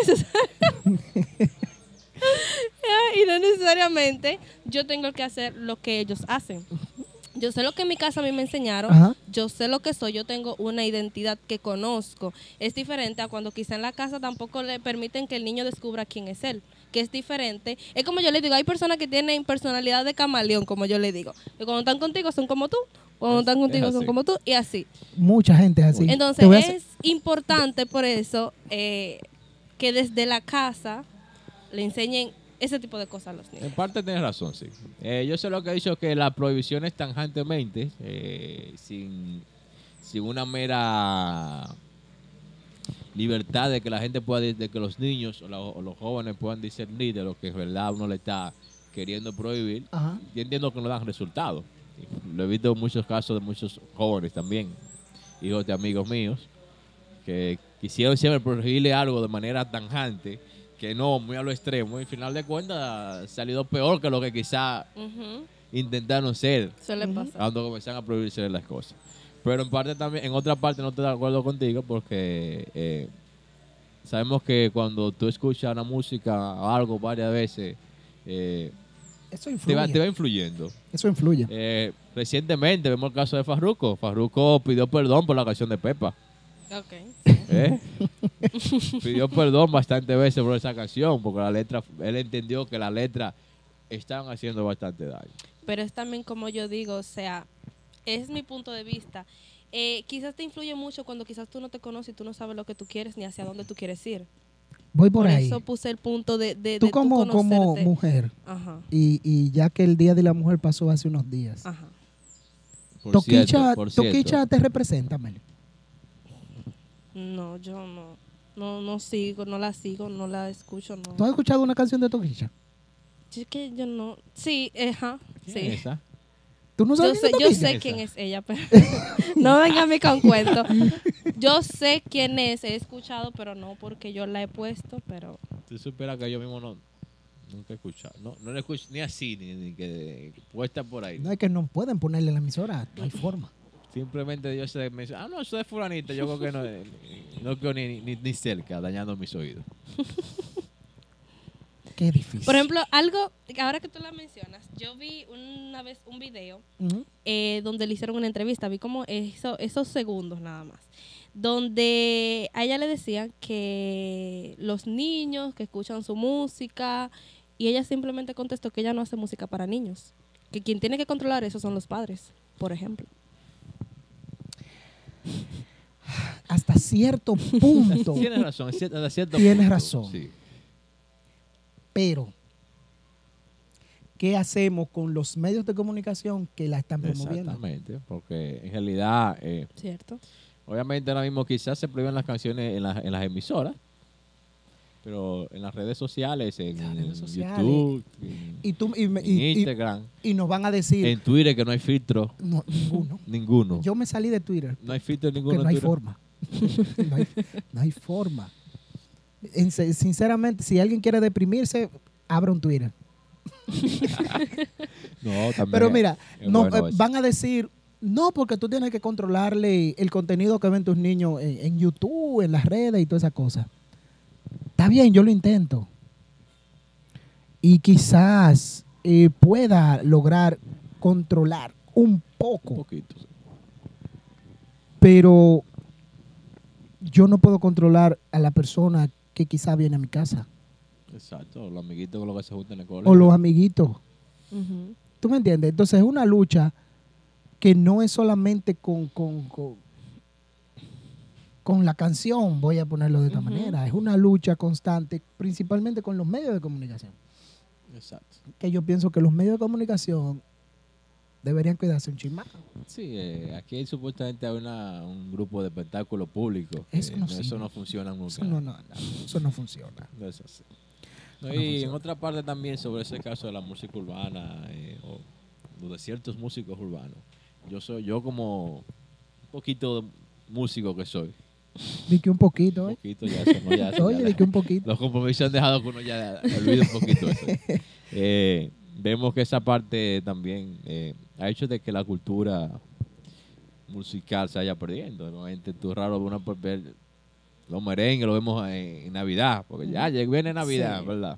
Speaker 2: necesariamente yo tengo que hacer lo que ellos hacen. Yo sé lo que en mi casa a mí me enseñaron,
Speaker 1: Ajá.
Speaker 2: yo sé lo que soy, yo tengo una identidad que conozco. Es diferente a cuando quizá en la casa tampoco le permiten que el niño descubra quién es él, que es diferente. Es como yo le digo, hay personas que tienen personalidad de camaleón, como yo le digo. Que cuando están contigo son como tú, cuando están contigo son
Speaker 3: así.
Speaker 2: como tú, y así.
Speaker 1: Mucha gente es así.
Speaker 2: Entonces
Speaker 1: Te voy a hacer-
Speaker 2: es importante por eso que desde la casa le enseñen ese tipo de cosas a los niños.
Speaker 3: En parte tienes razón, sí. Yo sé lo que he dicho, que la prohibición es tajantemente, sin una mera libertad de que la gente pueda, de que los niños o los jóvenes puedan discernir de lo que en verdad uno le está queriendo prohibir.
Speaker 1: Ajá.
Speaker 3: Yo entiendo que no dan resultados. Lo he visto en muchos casos de muchos jóvenes también, hijos de amigos míos, que quisieron siempre prohibirle algo de manera tajante, que no, muy a lo extremo, y al final de cuentas ha salido peor que lo que quizá
Speaker 2: Ujú.
Speaker 3: intentaron ser
Speaker 2: Suele pasar.
Speaker 3: cuando comenzaron a prohibirse las cosas. Pero en parte también, en otra parte no estoy de acuerdo contigo porque sabemos que cuando tú escuchas una música o algo varias veces,
Speaker 1: Eso
Speaker 3: te
Speaker 1: influye.
Speaker 3: va influyendo.
Speaker 1: Eso influye.
Speaker 3: Recientemente vemos el caso de Farruko. Farruko pidió perdón por la canción de Pepa.
Speaker 2: Ok.
Speaker 3: ¿Eh? Pidió perdón bastantes veces por esa canción, porque la letra, él entendió que la letra estaban haciendo bastante daño.
Speaker 2: Pero es también como yo digo, o sea, es mi punto de vista. Quizás te influye mucho cuando quizás tú no te conoces y tú no sabes lo que tú quieres ni hacia dónde tú quieres ir.
Speaker 1: Voy por ahí.
Speaker 2: eso puse el punto de
Speaker 1: Tú
Speaker 2: tú
Speaker 1: como
Speaker 2: conocerte.
Speaker 1: mujer,
Speaker 2: Ajá,
Speaker 1: y ya que el Día de la Mujer pasó hace unos días,
Speaker 2: ajá.
Speaker 1: Toquicha te representa, Meli.
Speaker 2: No, yo no. No sigo, no la sigo, no la escucho, no.
Speaker 1: ¿Tú has escuchado una canción de Toquicha?
Speaker 2: Es que yo no. Sí, ajá.
Speaker 3: ¿Quién
Speaker 2: Sí.
Speaker 3: es esa?
Speaker 1: ¿Tú no sabes
Speaker 2: Yo
Speaker 1: quién es
Speaker 2: sé
Speaker 1: Toquicha?
Speaker 2: quién es ella, pero no venga a mí con cuento. Yo sé quién es, he escuchado, pero no porque yo la he puesto, pero
Speaker 3: Tú supieras que yo mismo nunca he escuchado. No la escucho ni así, ni que puesta por ahí.
Speaker 1: No es que no pueden ponerle en la emisora, no hay forma.
Speaker 3: Simplemente yo sé, me dice, no, eso es fulanita. Yo creo que no quedo ni cerca, dañando mis oídos.
Speaker 1: Qué difícil.
Speaker 2: por ejemplo, algo, ahora que tú la mencionas, yo vi una vez un video
Speaker 1: Ujú.
Speaker 2: donde le hicieron una entrevista, vi como esos segundos nada más, donde a ella le decían que los niños que escuchan su música, y ella simplemente contestó que ella no hace música para niños, que quien tiene que controlar eso son los padres, por ejemplo.
Speaker 1: Hasta cierto punto,
Speaker 3: Tienes razón, hasta cierto
Speaker 1: Tienes
Speaker 3: punto,
Speaker 1: razón.
Speaker 3: Sí.
Speaker 1: pero ¿qué hacemos con los medios de comunicación que la están promoviendo?
Speaker 3: Exactamente, porque en realidad,
Speaker 2: ¿Cierto?
Speaker 3: obviamente ahora mismo quizás se prohíben las canciones en las emisoras, pero en las redes sociales, en
Speaker 1: Las redes sociales.
Speaker 3: YouTube,
Speaker 1: Y, tú, y,
Speaker 3: en Instagram,
Speaker 1: y nos van a decir,
Speaker 3: en Twitter, que no hay filtro
Speaker 1: no, ninguno.
Speaker 3: ninguno.
Speaker 1: Yo me salí de Twitter.
Speaker 3: No hay filtro
Speaker 1: Que
Speaker 3: ninguno
Speaker 1: no
Speaker 3: en
Speaker 1: hay
Speaker 3: Twitter.
Speaker 1: forma. No hay forma. Sinceramente, si alguien quiere deprimirse, abra un Twitter.
Speaker 3: No, también
Speaker 1: Pero mira,
Speaker 3: es
Speaker 1: no,
Speaker 3: bueno eso.
Speaker 1: van a decir, no, porque tú tienes que controlarle el contenido que ven tus niños en YouTube, en las redes y todas esas cosas. Está bien, yo lo intento. Y quizás pueda lograr controlar un
Speaker 3: Un
Speaker 1: poco.
Speaker 3: poquito. Sí.
Speaker 1: Pero yo no puedo controlar a la persona que quizá viene a mi casa
Speaker 3: Exacto, los amiguitos con los que se juntan en el colegio.
Speaker 1: o los amiguitos.
Speaker 2: Ujú.
Speaker 1: ¿Tú me entiendes? Entonces es una lucha que no es solamente con la canción, voy a ponerlo de esta
Speaker 2: Ujú.
Speaker 1: manera. Es una lucha constante, principalmente con los medios de comunicación.
Speaker 3: Exacto.
Speaker 1: Que yo pienso que los medios de comunicación deberían cuidarse un chismán.
Speaker 3: Sí, aquí supuestamente hay un grupo de espectáculos públicos.
Speaker 1: Eso no
Speaker 3: eso
Speaker 1: sirve.
Speaker 3: no funciona nunca.
Speaker 1: Eso no funciona.
Speaker 3: No es así. No,
Speaker 1: No
Speaker 3: y en
Speaker 1: funciona.
Speaker 3: otra parte también sobre ese caso de la música urbana o de ciertos músicos urbanos. Yo como un poquito músico que soy.
Speaker 1: Di que un poquito,
Speaker 3: Un
Speaker 1: ¿eh?
Speaker 3: poquito ya eso, ¿no? Ya eso,
Speaker 1: Oye,
Speaker 3: ya
Speaker 1: di que un poquito.
Speaker 3: los compromisos han dejado que uno ya olvide un poquito eso. Vemos que esa parte también ha hecho de que la cultura musical se vaya perdiendo. Normalmente tú raro uno por ver los merengues, lo vemos en Navidad, porque ya viene Navidad,
Speaker 1: Sí.
Speaker 3: ¿verdad?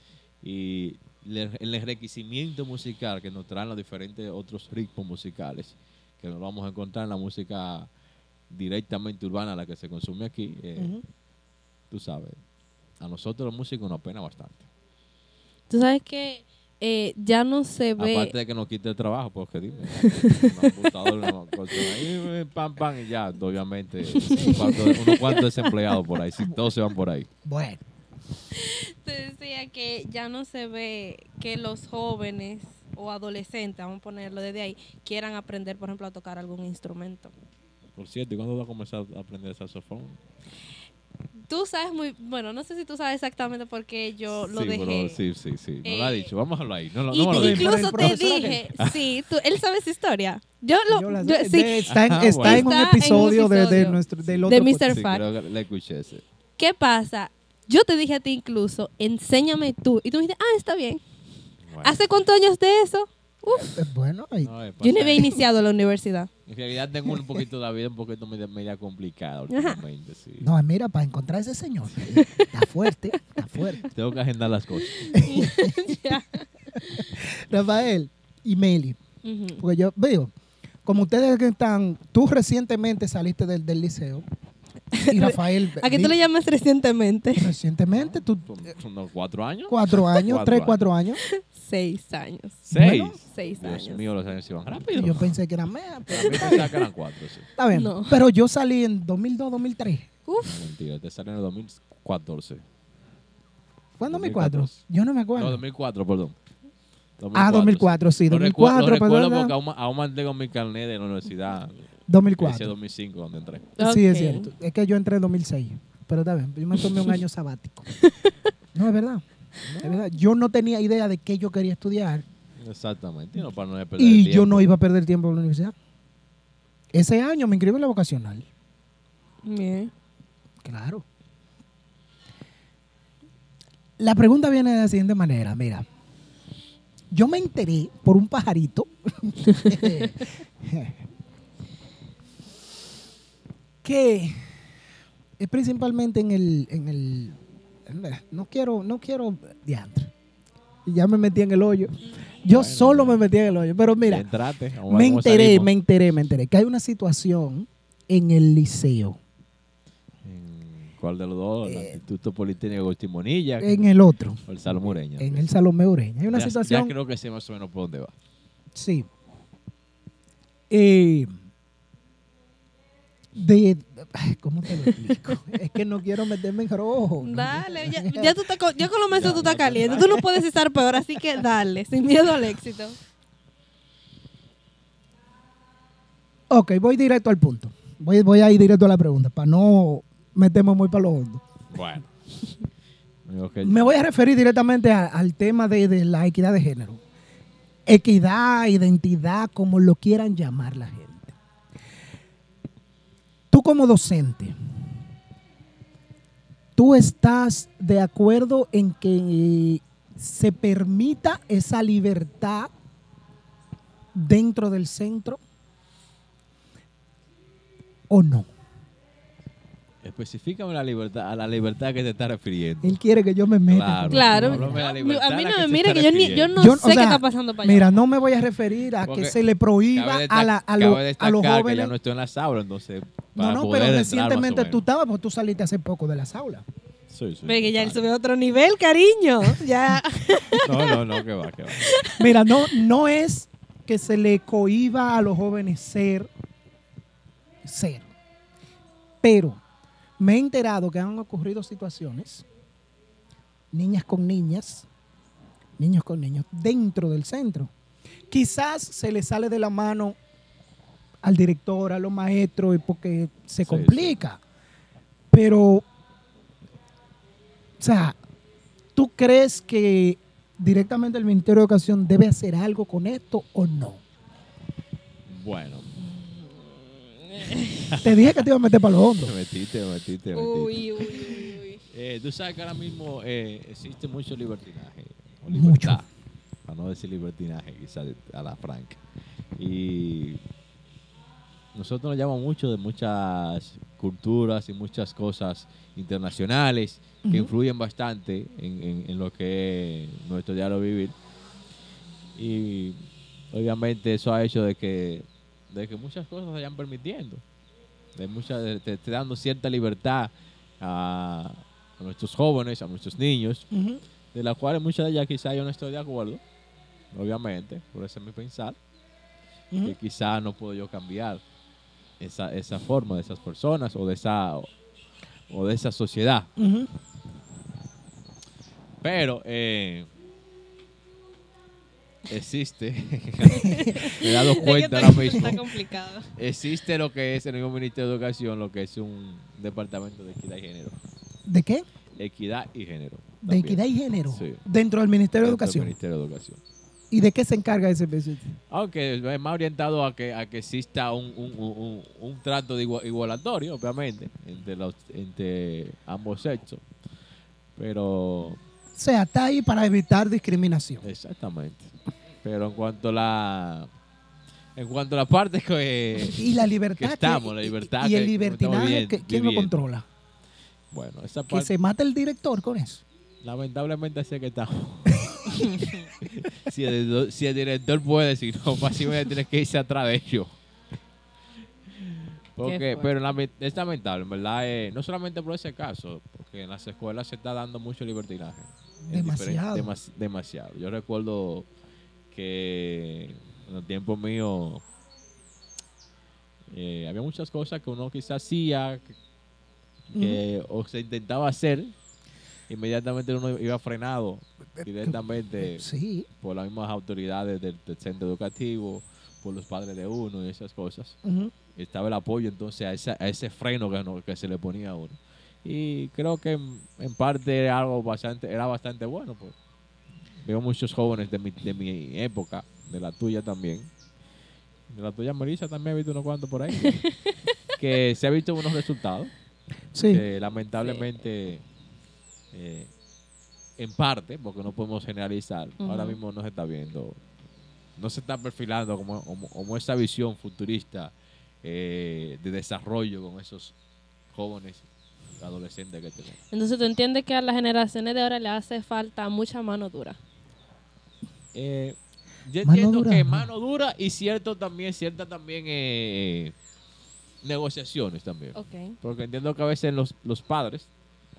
Speaker 3: Y el enriquecimiento musical que nos traen los diferentes otros ritmos musicales, que nos vamos a encontrar en la música directamente urbana, la que se consume aquí,
Speaker 1: Ujú.
Speaker 3: tú sabes, a nosotros los músicos nos apena bastante.
Speaker 2: Tú sabes que ya no se ve.
Speaker 3: Aparte de que nos quite el trabajo, porque dime, una computadora, una cosa ahí, pam, pam, y ya, obviamente, unos cuantos desempleados por ahí, si todos se van por ahí.
Speaker 1: Bueno,
Speaker 2: Te decía que ya no se ve que los jóvenes o adolescentes, vamos a ponerlo desde ahí, quieran aprender, por ejemplo, a tocar algún instrumento.
Speaker 3: Por cierto, ¿y cuándo vas a comenzar a aprender saxofón?
Speaker 2: Tú sabes bueno, no sé si tú sabes exactamente por qué yo lo
Speaker 3: Sí,
Speaker 2: dejé.
Speaker 3: pero sí, no lo ha dicho, vamos a hablar ahí. No
Speaker 2: Y
Speaker 3: me lo digas.
Speaker 1: Pero el
Speaker 2: incluso te
Speaker 1: profesor
Speaker 2: dije, sí, él sabe esa historia. Yo
Speaker 1: la
Speaker 2: yo-
Speaker 1: sé.
Speaker 2: sí,
Speaker 1: Está en,
Speaker 3: Ajá,
Speaker 1: está
Speaker 3: bueno.
Speaker 1: en un
Speaker 2: Está en un
Speaker 1: episodio de
Speaker 2: episodio
Speaker 1: nuestro, del
Speaker 2: de
Speaker 1: otro
Speaker 2: Mr.
Speaker 1: podcast.
Speaker 3: Sí,
Speaker 2: Fact.
Speaker 3: creo que le escuché ese.
Speaker 2: ¿Qué pasa? Yo te dije a ti incluso, enséñame tú. Y tú me dijiste, está bien.
Speaker 3: Bueno,
Speaker 2: ¿Hace cuántos años de eso?
Speaker 1: Bueno, ahí-
Speaker 3: no,
Speaker 2: Yo no
Speaker 3: pasa
Speaker 2: había
Speaker 3: es-
Speaker 2: iniciado la universidad.
Speaker 3: En realidad tengo un poquito la vida un poquito media complicada últimamente, sí.
Speaker 1: no, mira, para encontrar a ese señor, está fuerte, está fuerte.
Speaker 3: Tengo que agendar las cosas.
Speaker 2: Ya.
Speaker 1: Rafael y Meli,
Speaker 2: Ujú.
Speaker 1: porque yo veo, como ustedes que están, tú recientemente saliste del liceo y Rafael,
Speaker 2: ¿A qué tú le llamas recientemente?
Speaker 1: recientemente, tú,
Speaker 3: ¿Son unos 4 años?
Speaker 1: 4 años, 3,
Speaker 3: 4
Speaker 1: 4 años,
Speaker 2: 6 años.
Speaker 3: 6.
Speaker 1: Bueno,
Speaker 2: 6
Speaker 3: Dios
Speaker 2: años.
Speaker 3: mío, los años se van rápido.
Speaker 1: yo pensé que eran más,
Speaker 3: A
Speaker 1: pero
Speaker 3: mí pensaba que eran 4, sí.
Speaker 1: está bien.
Speaker 2: No.
Speaker 1: Pero yo salí en 2002, 2003.
Speaker 2: Uf,
Speaker 3: Mentira, te sale en el 2014.
Speaker 1: ¿Fue en 2004?
Speaker 3: 2014.
Speaker 1: Yo no me
Speaker 3: No,
Speaker 1: acuerdo.
Speaker 3: 2004, perdón.
Speaker 1: Ah, 2004, sí, 2004,
Speaker 3: Lo recuerdo
Speaker 1: perdón.
Speaker 3: porque aún mantengo mi carnet de la universidad. Ese
Speaker 1: 2004.
Speaker 3: 2005 donde entré.
Speaker 1: Sí, es
Speaker 2: ok.
Speaker 1: cierto. Es que yo entré en 2006. Pero está bien, yo me tomé un año sabático. No, es verdad. Es verdad. Yo no tenía idea de qué yo quería estudiar
Speaker 3: Exactamente. Y no, para no perder
Speaker 1: y
Speaker 3: el
Speaker 1: yo no
Speaker 3: tiempo.
Speaker 1: iba a perder tiempo en la universidad. Ese año me inscribí en la vocacional.
Speaker 2: Bien.
Speaker 1: Claro. La pregunta viene de la siguiente manera. Mira, yo me enteré por un pajarito que es principalmente en el no quiero diantre. Y ya me metí en el hoyo. Yo
Speaker 3: Bueno,
Speaker 1: solo me metí en el hoyo. Pero mira,
Speaker 3: Entrate. Vamos a ver
Speaker 1: me
Speaker 3: cómo
Speaker 1: enteré
Speaker 3: salimos.
Speaker 1: que hay una situación en el liceo,
Speaker 3: ¿Cuál de los dos? ¿El Instituto Politécnico Agustín Monilla?
Speaker 1: en el otro,
Speaker 3: ¿O el Salmo Ureña?
Speaker 1: en el Salomé Ureña. Hay una
Speaker 3: Ya
Speaker 1: situación,
Speaker 3: creo que sé más o menos por dónde va.
Speaker 1: sí, ¿cómo te lo explico? Es que no quiero meterme en rojo. ¿no?
Speaker 2: Dale, ya tú estás ya con lo menos tú estás caliente. Tú no puedes estar peor, así que dale, sin miedo al éxito.
Speaker 1: Ok, voy directo al punto. Voy a ir directo a la pregunta para no meterme muy para lo hondo.
Speaker 3: Bueno. Digo que-
Speaker 1: Me voy a referir directamente al tema de la equidad de género. Equidad, identidad, como lo quieran llamar la gente. Tú como docente, ¿tú estás de acuerdo en que se permita esa libertad dentro del centro o no?
Speaker 3: Específicame a la libertad que te está refiriendo.
Speaker 1: Él quiere que yo me meta.
Speaker 2: Claro.
Speaker 3: háblame de la libertad
Speaker 2: A mí
Speaker 3: a la
Speaker 2: no
Speaker 3: que
Speaker 2: me
Speaker 3: se
Speaker 2: mire,
Speaker 3: está
Speaker 2: que yo
Speaker 3: refiriendo.
Speaker 2: no
Speaker 1: Yo- o
Speaker 2: sé qué
Speaker 1: sea,
Speaker 2: está pasando para allá.
Speaker 1: Mira, no me voy a referir a
Speaker 3: Porque
Speaker 1: que se le prohíba
Speaker 3: Cabe
Speaker 1: a los
Speaker 3: destacar que ya
Speaker 1: jóvenes.
Speaker 3: no estoy en las aulas, entonces para
Speaker 1: No,
Speaker 3: poder
Speaker 1: pero
Speaker 3: entrar, más o
Speaker 1: recientemente
Speaker 3: menos.
Speaker 1: tú estabas, porque tú saliste hace poco de las aulas.
Speaker 3: Sí, sí,
Speaker 2: Ve que ya él
Speaker 3: total.
Speaker 2: subió a otro nivel, cariño. Ya.
Speaker 3: No, que va.
Speaker 1: Mira, no es que se le cohíba a los jóvenes ser, pero me he enterado que han ocurrido situaciones, niñas con niñas, niños con niños, dentro del centro. Quizás se le sale de la mano al director, a los maestros, y porque se
Speaker 3: Sí,
Speaker 1: complica. Pero, o sea, ¿tú crees que directamente el Ministerio de Educación debe hacer algo con esto o no?
Speaker 3: Bueno,
Speaker 1: Te dije que te iba a meter para lo hondo.
Speaker 3: me metiste.
Speaker 2: Uy, uy, uy, uy.
Speaker 3: Tú sabes que ahora mismo existe mucho libertinaje. O
Speaker 1: Mucho.
Speaker 3: libertad, para no decir libertinaje, quizás a la franca. Y nosotros nos llamamos mucho de muchas culturas y muchas cosas internacionales que
Speaker 1: Ujú.
Speaker 3: influyen bastante en lo que es nuestro diario vivir. Y obviamente eso ha hecho de que muchas cosas se vayan permitiendo. Te esté dando cierta libertad a nuestros jóvenes, a nuestros niños,
Speaker 1: Ujú.
Speaker 3: de las cuales muchas de ellas quizás yo no estoy de acuerdo, obviamente, por ese es mi pensar, que
Speaker 1: Ujú.
Speaker 3: quizás no puedo yo cambiar esa forma de esas personas o de esa sociedad.
Speaker 1: Ujú.
Speaker 3: Pero existe, me he dado cuenta ahora mismo,
Speaker 2: Está complicado.
Speaker 3: existe lo que es en el mismo Ministerio de Educación, lo que es un departamento de equidad y género.
Speaker 1: ¿De qué?
Speaker 3: Equidad y género.
Speaker 1: De
Speaker 3: también.
Speaker 1: equidad y género.
Speaker 3: Sí.
Speaker 1: Dentro del Ministerio de
Speaker 3: Dentro del
Speaker 1: Educación.
Speaker 3: Ministerio de Educación.
Speaker 1: ¿Y de qué se encarga ese PCT?
Speaker 3: Aunque es más orientado a que exista un trato de igualatorio, obviamente, entre ambos sexos. Pero,
Speaker 1: O sea, está ahí para evitar discriminación.
Speaker 3: exactamente. Pero en cuanto a la parte
Speaker 1: Y la libertad
Speaker 3: que estamos, la libertad
Speaker 1: y el
Speaker 3: que
Speaker 1: libertinaje,
Speaker 3: estamos
Speaker 1: ¿quién lo
Speaker 3: viviendo.
Speaker 1: controla?
Speaker 3: Bueno, esa
Speaker 1: Que
Speaker 3: parte,
Speaker 1: se mate el director con eso.
Speaker 3: lamentablemente así es que estamos. si el director puede, si no, fácilmente tienes que irse atrás de ellos.
Speaker 2: fuerte.
Speaker 3: Pero es lamentable, en verdad, no solamente por ese caso, porque en las escuelas se está dando mucho libertinaje.
Speaker 1: Demasiado.
Speaker 3: Demasiado. Yo recuerdo que en los tiempos míos había muchas cosas que uno quizás hacía que o se intentaba hacer, inmediatamente uno iba frenado directamente
Speaker 1: Sí.
Speaker 3: por las mismas autoridades del centro educativo, por los padres de uno y esas cosas.
Speaker 1: Ujú.
Speaker 3: Estaba el apoyo entonces a ese freno que se le ponía a uno. Y creo que en parte era bastante bueno. Pues. Veo muchos jóvenes de mi época, de la tuya también. De la tuya, Melissa, también he visto unos cuantos por ahí. que se ha visto unos resultados.
Speaker 1: Sí.
Speaker 3: Que lamentablemente, en parte, porque no podemos generalizar,
Speaker 2: Ujú.
Speaker 3: ahora mismo no se está viendo, no se está perfilando como esa visión futurista de desarrollo con esos jóvenes adolescentes que tenemos.
Speaker 2: Entonces, ¿tú entiendes que a las generaciones de ahora le hace falta mucha mano dura?
Speaker 3: Yo
Speaker 1: Mano
Speaker 3: entiendo
Speaker 1: dura,
Speaker 3: que
Speaker 1: ¿no?
Speaker 3: mano dura y cierta también negociaciones también.
Speaker 2: Ok.
Speaker 3: Porque entiendo que a veces los padres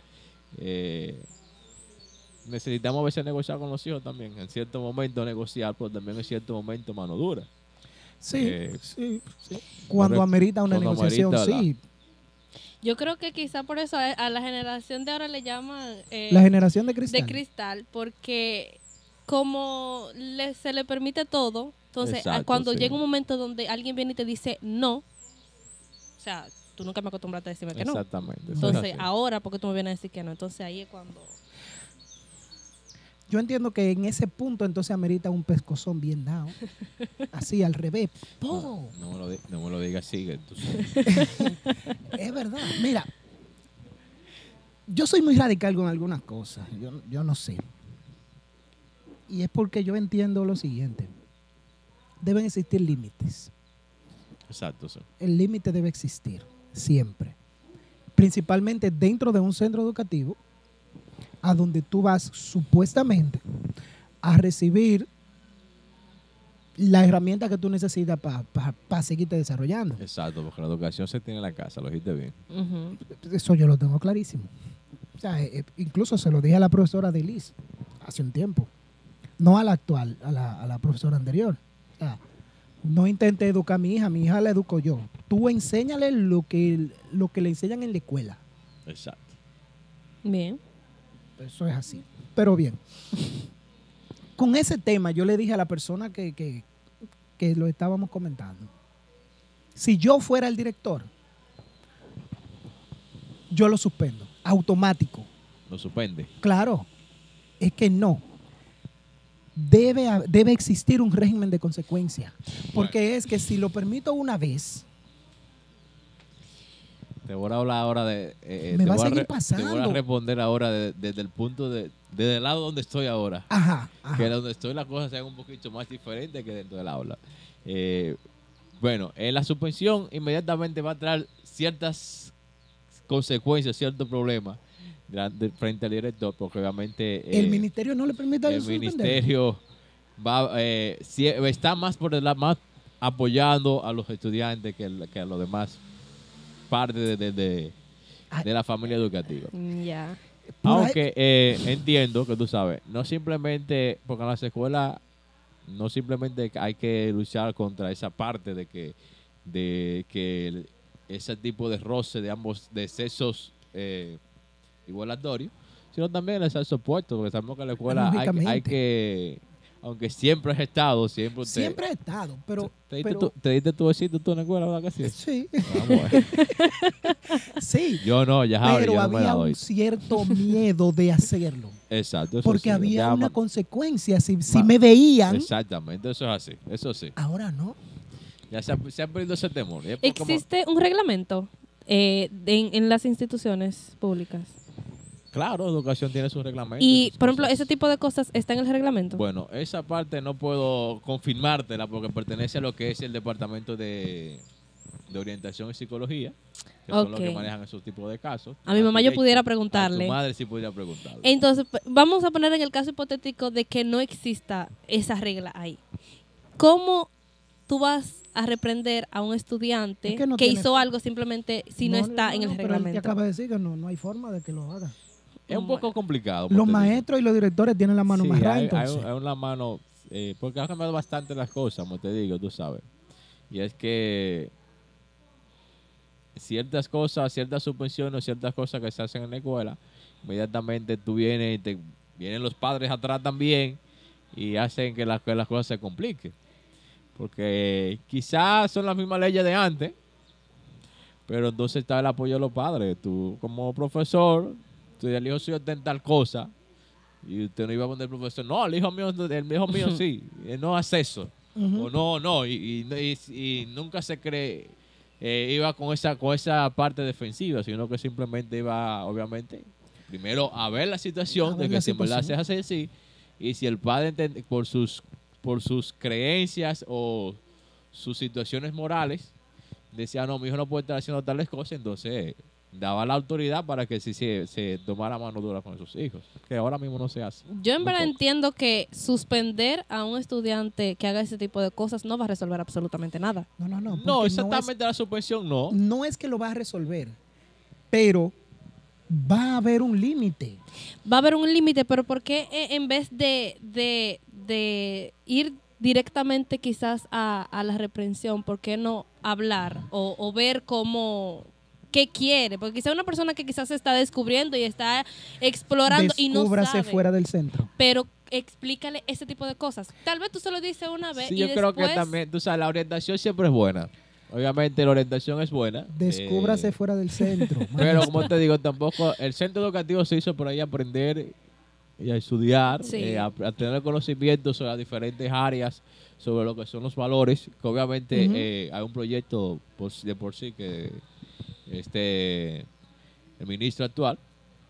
Speaker 3: necesitamos a veces negociar con los hijos también. En cierto momento negociar, pero también en cierto momento mano dura.
Speaker 1: Sí,
Speaker 3: Eh,
Speaker 1: sí. Cuando amerita una
Speaker 3: cuando
Speaker 1: negociación,
Speaker 3: amerita,
Speaker 1: sí.
Speaker 2: Yo creo que quizá por eso a la generación de ahora le llaman
Speaker 1: La generación de cristal.
Speaker 2: de cristal, porque como se le permite todo, entonces
Speaker 3: Exacto,
Speaker 2: cuando
Speaker 3: sí.
Speaker 2: llega un momento donde alguien viene y te dice no, o sea, tú nunca me acostumbraste a decirme que no.
Speaker 3: Exactamente. eso es
Speaker 2: Entonces,
Speaker 3: así.
Speaker 2: ahora, ¿por qué tú me vienes a decir que no? Entonces ahí es cuando...
Speaker 1: Yo entiendo que en ese punto entonces amerita un pescozón bien dado. Así, al revés. ¡Po!
Speaker 3: No me lo digas así. Que tú sabes.
Speaker 1: Es verdad. Mira, yo soy muy radical con algunas cosas. Yo no sé. Y es porque yo entiendo lo siguiente. Deben existir límites.
Speaker 3: Exacto. Sí.
Speaker 1: El límite debe existir, siempre. Principalmente dentro de un centro educativo, a donde tú vas supuestamente a recibir la herramienta que tú necesitas para seguirte desarrollando.
Speaker 3: Exacto, porque la educación se tiene en la casa, lo dijiste bien.
Speaker 2: Ujú.
Speaker 1: Eso yo lo tengo clarísimo. O sea, incluso se lo dije a la profesora de Liz hace un tiempo. No a la actual, a la profesora anterior. O sea, no intenté educar a mi hija la educo yo. Tú enséñale lo que le enseñan en la escuela.
Speaker 3: Exacto.
Speaker 2: Bien.
Speaker 1: Eso es así. Pero bien, con ese tema yo le dije a la persona que lo estábamos comentando, si yo fuera el director, yo lo suspendo, automático.
Speaker 3: Lo suspende.
Speaker 1: Claro, es que no. Debe existir un régimen de consecuencia. Porque es que si lo permito una vez,
Speaker 3: Te voy a hablar ahora de...
Speaker 1: Me
Speaker 3: te
Speaker 1: va a
Speaker 3: voy
Speaker 1: seguir
Speaker 3: Te voy
Speaker 1: pasando.
Speaker 3: a responder ahora desde el punto desde el lado donde estoy ahora.
Speaker 1: ajá,
Speaker 3: Que donde estoy las cosas sean un poquito más diferentes que dentro del aula. Bueno, la suspensión inmediatamente va a traer ciertas consecuencias, ciertos problemas frente al director, porque obviamente
Speaker 1: el ministerio no le permite
Speaker 3: el
Speaker 1: suspender.
Speaker 3: ministerio está más más apoyando a los estudiantes que a los demás partes de la familia educativa.
Speaker 2: Ya.
Speaker 1: Por ahí-
Speaker 3: Aunque entiendo que tú sabes, no simplemente, porque en las escuelas no simplemente hay que luchar contra esa parte de que ese tipo de roce de ambos, de sexos igualatorios, sino también el exceso opuesto, porque sabemos que en la escuela hay
Speaker 1: Lógicamente.
Speaker 3: que, aunque siempre has estado, siempre
Speaker 1: Siempre he estado, pero...
Speaker 3: te diste tu besito tú en la escuela, ¿verdad que sí?
Speaker 1: Sí,
Speaker 3: Vamos a ver.
Speaker 1: sí.
Speaker 3: Yo no, ya Javi,
Speaker 1: Pero
Speaker 3: yo no me
Speaker 1: había
Speaker 3: la doy.
Speaker 1: un cierto miedo de hacerlo.
Speaker 3: Exacto, eso
Speaker 1: Porque
Speaker 3: sí,
Speaker 1: había
Speaker 3: ya
Speaker 1: una
Speaker 3: ma-
Speaker 1: consecuencia. Si
Speaker 3: ma-
Speaker 1: me veían,
Speaker 3: Exactamente, eso es así, eso sí.
Speaker 1: ahora no.
Speaker 3: Ya se ha perdido ese temor. Y es por como-
Speaker 2: ¿Existe un reglamento en las instituciones públicas?
Speaker 3: claro, educación tiene sus reglamentos.
Speaker 2: Y,
Speaker 3: sus
Speaker 2: por ejemplo,
Speaker 3: cosas.
Speaker 2: ese tipo de cosas está en el reglamento.
Speaker 3: Bueno, esa parte no puedo confirmártela porque pertenece a lo que es el departamento de orientación y psicología, que son los que
Speaker 2: Ok.
Speaker 3: manejan esos tipos de casos.
Speaker 2: A mi mamá yo pudiera
Speaker 3: A
Speaker 2: preguntarle.
Speaker 3: tu madre sí pudiera preguntarle.
Speaker 2: Entonces, vamos a poner en el caso hipotético de que no exista esa regla ahí. ¿Cómo tú vas a reprender a un estudiante
Speaker 1: Es que no
Speaker 2: que
Speaker 1: tiene-
Speaker 2: hizo algo simplemente si no, está en el
Speaker 1: pero él te
Speaker 2: reglamento?
Speaker 1: acaba de decir que no hay forma de que lo haga.
Speaker 3: Es un poco complicado.
Speaker 1: Los
Speaker 3: porque te digo.
Speaker 1: maestros y los directores tienen la mano
Speaker 3: Sí,
Speaker 1: más
Speaker 3: hay
Speaker 1: entonces.
Speaker 3: una mano, porque ha cambiado bastante las cosas, como te digo, tú sabes. Y es que ciertas cosas, ciertas subvenciones, ciertas cosas que se hacen en la escuela, inmediatamente tú vienes y vienen los padres atrás también y hacen que las cosas se compliquen. Porque quizás son las mismas leyes de antes, pero entonces está el apoyo de los padres. Tú como profesor, el hijo suyo está en tal cosa, y usted no iba a poner profesor, no, el hijo mío sí, él no hace eso.
Speaker 1: Ujú.
Speaker 3: O no, y nunca se cree, iba con esa parte defensiva, sino que simplemente iba, obviamente, primero a ver la situación
Speaker 1: A
Speaker 3: de
Speaker 1: ver
Speaker 3: que
Speaker 1: la
Speaker 3: si en verdad se
Speaker 1: situación.
Speaker 3: hace así, y si el padre por sus creencias o sus situaciones morales decía, no, mi hijo no puede estar haciendo tales cosas, entonces daba la autoridad para que se tomara mano dura con sus hijos, que ahora mismo no se hace.
Speaker 2: Yo en
Speaker 3: Muy
Speaker 2: verdad
Speaker 3: poco.
Speaker 2: entiendo que suspender a un estudiante que haga ese tipo de cosas no va a resolver absolutamente nada.
Speaker 1: No.
Speaker 3: No,
Speaker 1: porque
Speaker 3: exactamente la suspensión no.
Speaker 1: No es que lo va a resolver, pero va a haber un límite.
Speaker 2: Va a haber un límite, pero ¿por qué en vez de ir directamente quizás a la reprensión, por qué no hablar o ver qué quiere? Porque quizás una persona que quizás se está descubriendo y está explorando y no
Speaker 1: Descúbrase
Speaker 2: sabe,
Speaker 1: fuera del centro.
Speaker 2: pero explícale ese tipo de cosas. Tal vez tú se lo dices una vez
Speaker 3: Sí,
Speaker 2: y
Speaker 3: yo creo
Speaker 2: después
Speaker 3: que también, tú sabes, la orientación siempre es buena. Obviamente la orientación es buena.
Speaker 1: Descúbrase fuera del centro.
Speaker 3: Pero como te digo, tampoco el centro educativo se hizo por ahí a aprender y a estudiar,
Speaker 2: Sí.
Speaker 3: a tener conocimiento sobre las diferentes áreas, sobre lo que son los valores, que obviamente
Speaker 1: Ujú.
Speaker 3: hay un proyecto de por sí que el ministro actual,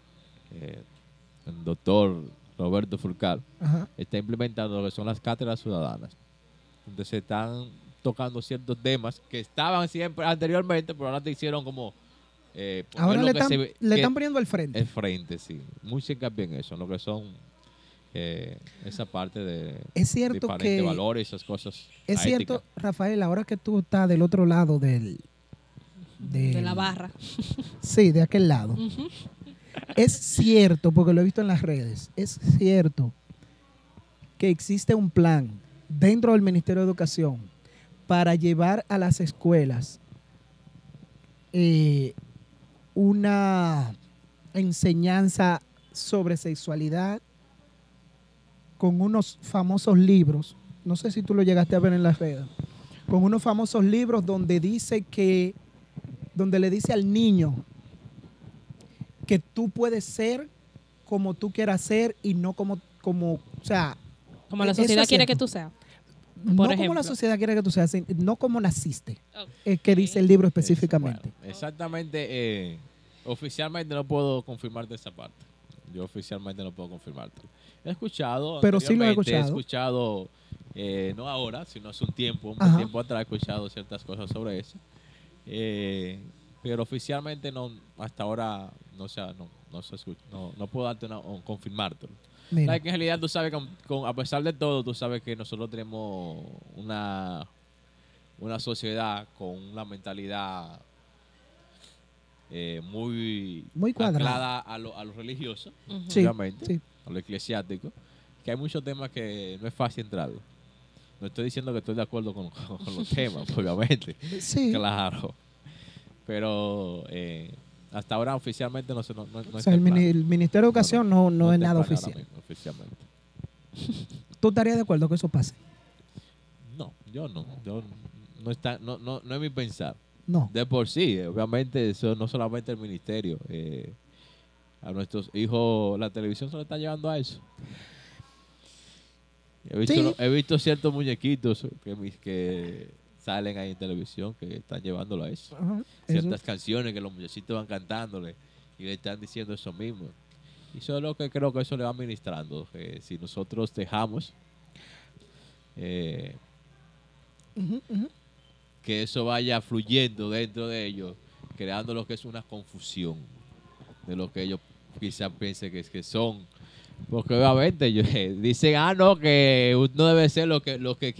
Speaker 3: el doctor Roberto Fulcar,
Speaker 1: Ajá.
Speaker 3: está implementando lo que son las cátedras ciudadanas. Entonces se están tocando ciertos temas que estaban siempre anteriormente, pero ahora te hicieron como... poner
Speaker 1: Ahora
Speaker 3: lo
Speaker 1: le
Speaker 3: que
Speaker 1: están,
Speaker 3: se ve-
Speaker 1: le
Speaker 3: que-
Speaker 1: están poniendo al frente.
Speaker 3: el frente, sí. Mucho hincapié en eso, en lo que son esa parte de
Speaker 1: Es cierto
Speaker 3: diferentes
Speaker 1: que
Speaker 3: valores, esas cosas.
Speaker 1: es
Speaker 3: la
Speaker 1: cierto,
Speaker 3: ética.
Speaker 1: Rafael, ahora que tú estás del otro lado
Speaker 2: De la barra.
Speaker 1: Sí, de aquel lado.
Speaker 2: Ujú.
Speaker 1: Es cierto, porque lo he visto en las redes, es cierto que existe un plan dentro del Ministerio de Educación para llevar a las escuelas una enseñanza sobre sexualidad con unos famosos libros. No sé si tú lo llegaste a ver en las redes. Con unos famosos libros donde le dice al niño que tú puedes ser como tú quieras ser y no o sea,
Speaker 2: Como la
Speaker 1: eso
Speaker 2: sociedad
Speaker 1: es
Speaker 2: quiere que
Speaker 1: cierto.
Speaker 2: tú seas.
Speaker 1: No como
Speaker 2: ejemplo.
Speaker 1: la sociedad quiere que tú seas, no como naciste,
Speaker 2: Ok.
Speaker 1: es que dice el libro específicamente.
Speaker 3: Bueno, exactamente. Oficialmente no puedo confirmarte esa parte. Yo oficialmente no puedo confirmarte. He escuchado,
Speaker 1: Pero sí lo he
Speaker 3: anteriormente,
Speaker 1: escuchado.
Speaker 3: no ahora, sino hace un tiempo
Speaker 1: Ajá.
Speaker 3: tiempo atrás he escuchado ciertas cosas sobre eso. Pero oficialmente no, hasta ahora no se escucha, no puedo darte o confirmártelo.
Speaker 1: Mira,
Speaker 3: Sabes que en realidad tú sabes que a pesar de todo, tú sabes que nosotros tenemos una sociedad con una mentalidad
Speaker 1: Muy cuadrada.
Speaker 3: anclada a lo religioso,
Speaker 2: Ujú.
Speaker 1: Sí,
Speaker 3: obviamente,
Speaker 1: sí.
Speaker 3: a lo eclesiástico, que hay muchos temas que no es fácil entrar. No estoy diciendo que estoy de acuerdo con los temas, obviamente,
Speaker 1: Sí.
Speaker 3: claro. Pero hasta ahora oficialmente no
Speaker 1: O
Speaker 3: está
Speaker 1: sea, el,
Speaker 3: en plan.
Speaker 1: el Ministerio de Educación no es
Speaker 3: está en
Speaker 1: nada
Speaker 3: plan ahora
Speaker 1: oficial.
Speaker 3: mismo, oficialmente.
Speaker 1: ¿Tú estarías de acuerdo que eso pase?
Speaker 3: No, yo no. No es mi pensar.
Speaker 1: No.
Speaker 3: De por sí, obviamente, eso no solamente el ministerio. A nuestros hijos, la televisión se lo está llevando a eso.
Speaker 1: Sí.
Speaker 3: He visto ciertos muñequitos que salen ahí en televisión que están llevándolo a eso.
Speaker 1: Ajá,
Speaker 3: Ciertas
Speaker 1: eso.
Speaker 3: canciones que los muchachitos van cantándole y le están diciendo eso mismo. Y eso es lo que creo que eso le va ministrando. Que si nosotros dejamos
Speaker 1: Ujú, ujú.
Speaker 3: que eso vaya fluyendo dentro de ellos, creando lo que es una confusión de lo que ellos quizás piensen que son. Porque obviamente ellos dicen, no, que uno debe ser lo que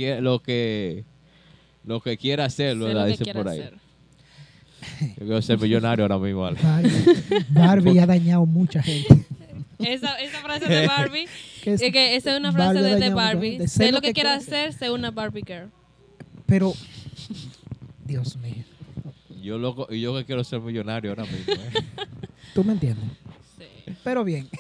Speaker 3: quiera hacer,
Speaker 2: Sé lo
Speaker 3: ¿verdad?
Speaker 2: que
Speaker 3: Dicen
Speaker 2: quiera
Speaker 3: por ahí.
Speaker 2: hacer.
Speaker 3: Yo quiero ser millonario ahora mismo, ¿vale?
Speaker 1: Barbie ha dañado mucha gente.
Speaker 2: Esa frase de Barbie,
Speaker 1: Que es-
Speaker 2: que esa es una frase
Speaker 1: Barbie ha
Speaker 2: de
Speaker 1: dañado mucha
Speaker 2: Barbie.
Speaker 1: gente.
Speaker 2: Sé lo que quiera hacer, sé una Barbie girl.
Speaker 1: Pero, Dios mío,
Speaker 3: Y yo que quiero ser millonario ahora mismo.
Speaker 1: ¿tú me entiendes?
Speaker 2: Sí.
Speaker 1: Pero bien.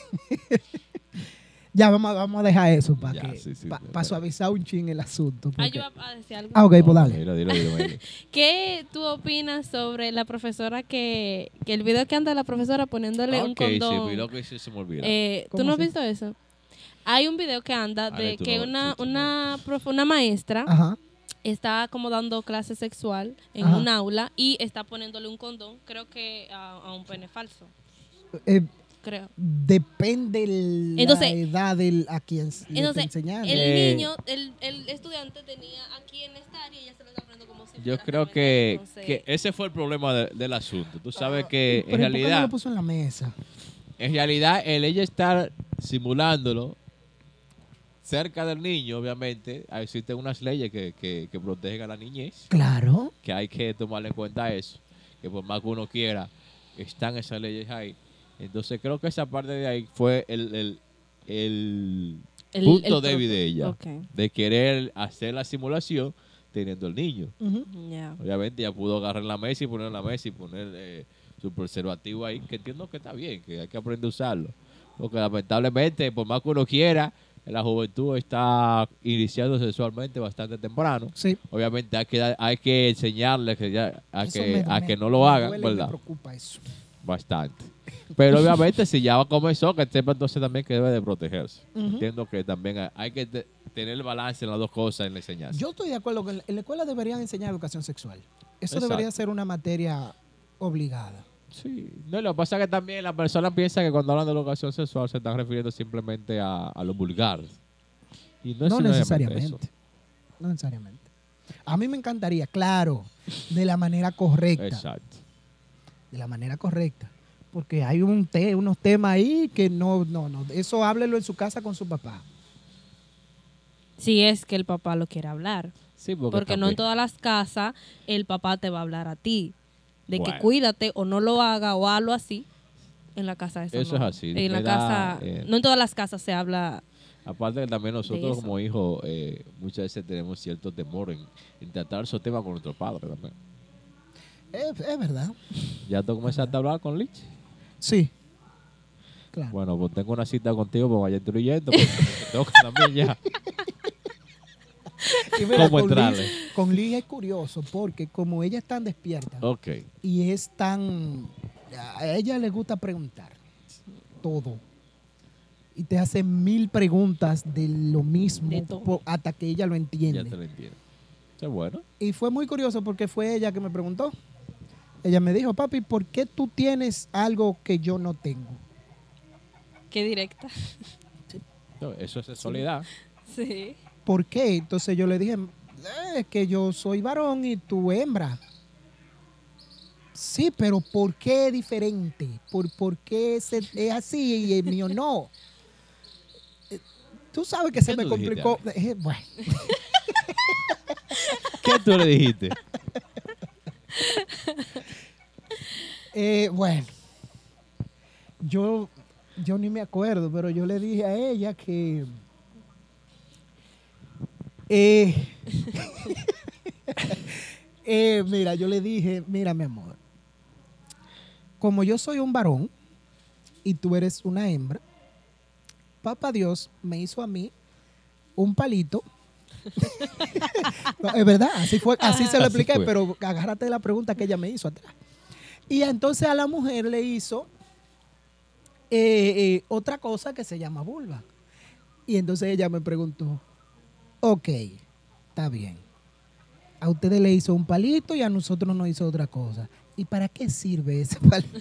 Speaker 1: Ya vamos a dejar eso para
Speaker 3: Ya, sí, sí,
Speaker 1: suavizar un chin el asunto.
Speaker 2: Ah,
Speaker 1: porque-
Speaker 2: yo iba a decir algo.
Speaker 1: Ok, pues dale.
Speaker 3: Dilo.
Speaker 2: ¿Qué tú opinas sobre la profesora que el video que anda la profesora poniéndole un
Speaker 3: Ok, sí,
Speaker 2: condón?
Speaker 3: vi lo que sí se me olvida.
Speaker 2: ¿Tú
Speaker 1: ¿Cómo
Speaker 2: no has
Speaker 1: así?
Speaker 2: visto eso? Hay un video que anda
Speaker 3: Dale,
Speaker 2: de
Speaker 3: tú
Speaker 2: que
Speaker 3: no, sí, tú no.
Speaker 2: una maestra
Speaker 1: Ajá.
Speaker 2: está como dando clase sexual en
Speaker 1: Ajá.
Speaker 2: un aula y está poniéndole un condón, creo que a un pene falso,
Speaker 1: Eh,
Speaker 2: creo.
Speaker 1: depende la
Speaker 2: Entonces-
Speaker 1: edad a quien le está
Speaker 2: Entonces,
Speaker 1: enseñando.
Speaker 2: el niño, el estudiante tenía aquí en esta área y ella se lo está poniendo como si
Speaker 3: Yo
Speaker 2: fuera
Speaker 3: creo
Speaker 2: realmente. Entonces,
Speaker 3: que ese fue el problema del asunto. Tú sabes
Speaker 1: Ah,
Speaker 3: que
Speaker 1: pero ¿y por qué no
Speaker 3: en
Speaker 1: lo puso en la mesa?
Speaker 3: realidad el ella estar simulándolo cerca del niño, obviamente, existen unas leyes que protegen a la niñez,
Speaker 1: Claro.
Speaker 3: que hay que tomarle en cuenta eso, que por más que uno quiera, están esas leyes ahí. Entonces creo que esa parte de ahí fue el punto débil de ella,
Speaker 2: Ok.
Speaker 3: de querer hacer la simulación teniendo el niño.
Speaker 1: Ujú.
Speaker 2: Ya.
Speaker 3: Obviamente ya pudo agarrar la mesa y poner en la mesa y poner su preservativo ahí, que entiendo que está bien, que hay que aprender a usarlo. Porque lamentablemente, por más que uno quiera, la juventud está iniciando sexualmente bastante temprano.
Speaker 1: Sí.
Speaker 3: Obviamente hay que enseñarles
Speaker 1: Eso
Speaker 3: a
Speaker 1: me-
Speaker 3: que no
Speaker 1: me
Speaker 3: lo hagan,
Speaker 1: duele y me
Speaker 3: ¿verdad?
Speaker 1: preocupa eso.
Speaker 3: Bastante. Pero obviamente si ya comenzó, que sepa entonces también que debe de protegerse.
Speaker 1: Ujú.
Speaker 3: Entiendo que también hay que tener el balance en las dos cosas en la enseñanza.
Speaker 1: Yo estoy de acuerdo que en la escuela deberían enseñar educación sexual. Eso
Speaker 3: Exacto.
Speaker 1: debería ser una materia obligada.
Speaker 3: Sí, no, lo que pasa es que también la persona piensa que cuando hablan de educación sexual se están refiriendo simplemente a lo vulgar. Y no, es
Speaker 1: No
Speaker 3: necesariamente
Speaker 1: necesariamente.
Speaker 3: eso.
Speaker 1: No necesariamente. A mí me encantaría, claro, de la manera correcta.
Speaker 3: Exacto.
Speaker 1: De la manera correcta. porque hay unos temas ahí que no. Eso háblelo en su casa con su papá.
Speaker 2: Si es que el papá lo quiere hablar.
Speaker 3: Sí,
Speaker 2: Porque no en
Speaker 3: también-
Speaker 2: todas las casas el papá te va a hablar a ti. De que
Speaker 3: Bueno.
Speaker 2: cuídate o no lo haga o hazlo así. En la casa
Speaker 3: Eso
Speaker 2: no.
Speaker 3: es así.
Speaker 2: En la
Speaker 3: ¿Verdad?
Speaker 2: casa, no en todas las casas se habla.
Speaker 3: Aparte que también nosotros
Speaker 2: eso.
Speaker 3: como hijos muchas veces tenemos cierto temor en tratar esos temas con nuestros padres también.
Speaker 1: Es verdad.
Speaker 3: ¿Ya tú comenzaste a hablar con Lich?
Speaker 1: Sí. Claro.
Speaker 3: Bueno, pues tengo una cita contigo, pues vaya instruyendo, porque me toca también ya.
Speaker 1: Y mira,
Speaker 3: ¿Cómo entrarle?
Speaker 1: Con Liz es curioso porque como ella es tan despierta
Speaker 3: Ok.
Speaker 1: y es tan... A ella le gusta preguntar todo. Y te hace 1000 preguntas de lo mismo
Speaker 2: De todo.
Speaker 1: hasta que ella lo
Speaker 3: Ya
Speaker 1: entiende.
Speaker 3: te lo entiendo. Eso es bueno.
Speaker 1: Y fue muy curioso porque fue ella que me preguntó. Ella me dijo, papi, ¿por qué tú tienes algo que yo no tengo?
Speaker 2: Qué directa.
Speaker 3: No, eso es sexualidad.
Speaker 2: Sí.
Speaker 1: ¿Por qué? Entonces yo le dije, es que yo soy varón y tú hembra. Sí, pero ¿por qué es diferente? ¿Por qué es así y el mío no? Tú sabes que se
Speaker 3: ¿Qué
Speaker 1: me
Speaker 3: tú dijiste,
Speaker 1: complicó.
Speaker 3: Ale?
Speaker 1: Bueno,
Speaker 3: ¿Qué tú le dijiste?
Speaker 1: bueno, yo ni me acuerdo, pero yo le dije a ella que mira, yo le dije, mira mi amor, como yo soy un varón y tú eres una hembra, papá Dios me hizo a mí un palito. No, es verdad, así fue, así se lo
Speaker 3: Así
Speaker 1: expliqué,
Speaker 3: fue.
Speaker 1: pero agárrate de la pregunta que ella me hizo atrás. Y entonces a la mujer le hizo otra cosa que se llama vulva. Y entonces ella me preguntó, ok, está bien. A ustedes le hizo un palito y a nosotros nos hizo otra cosa. ¿Y para qué sirve ese palito?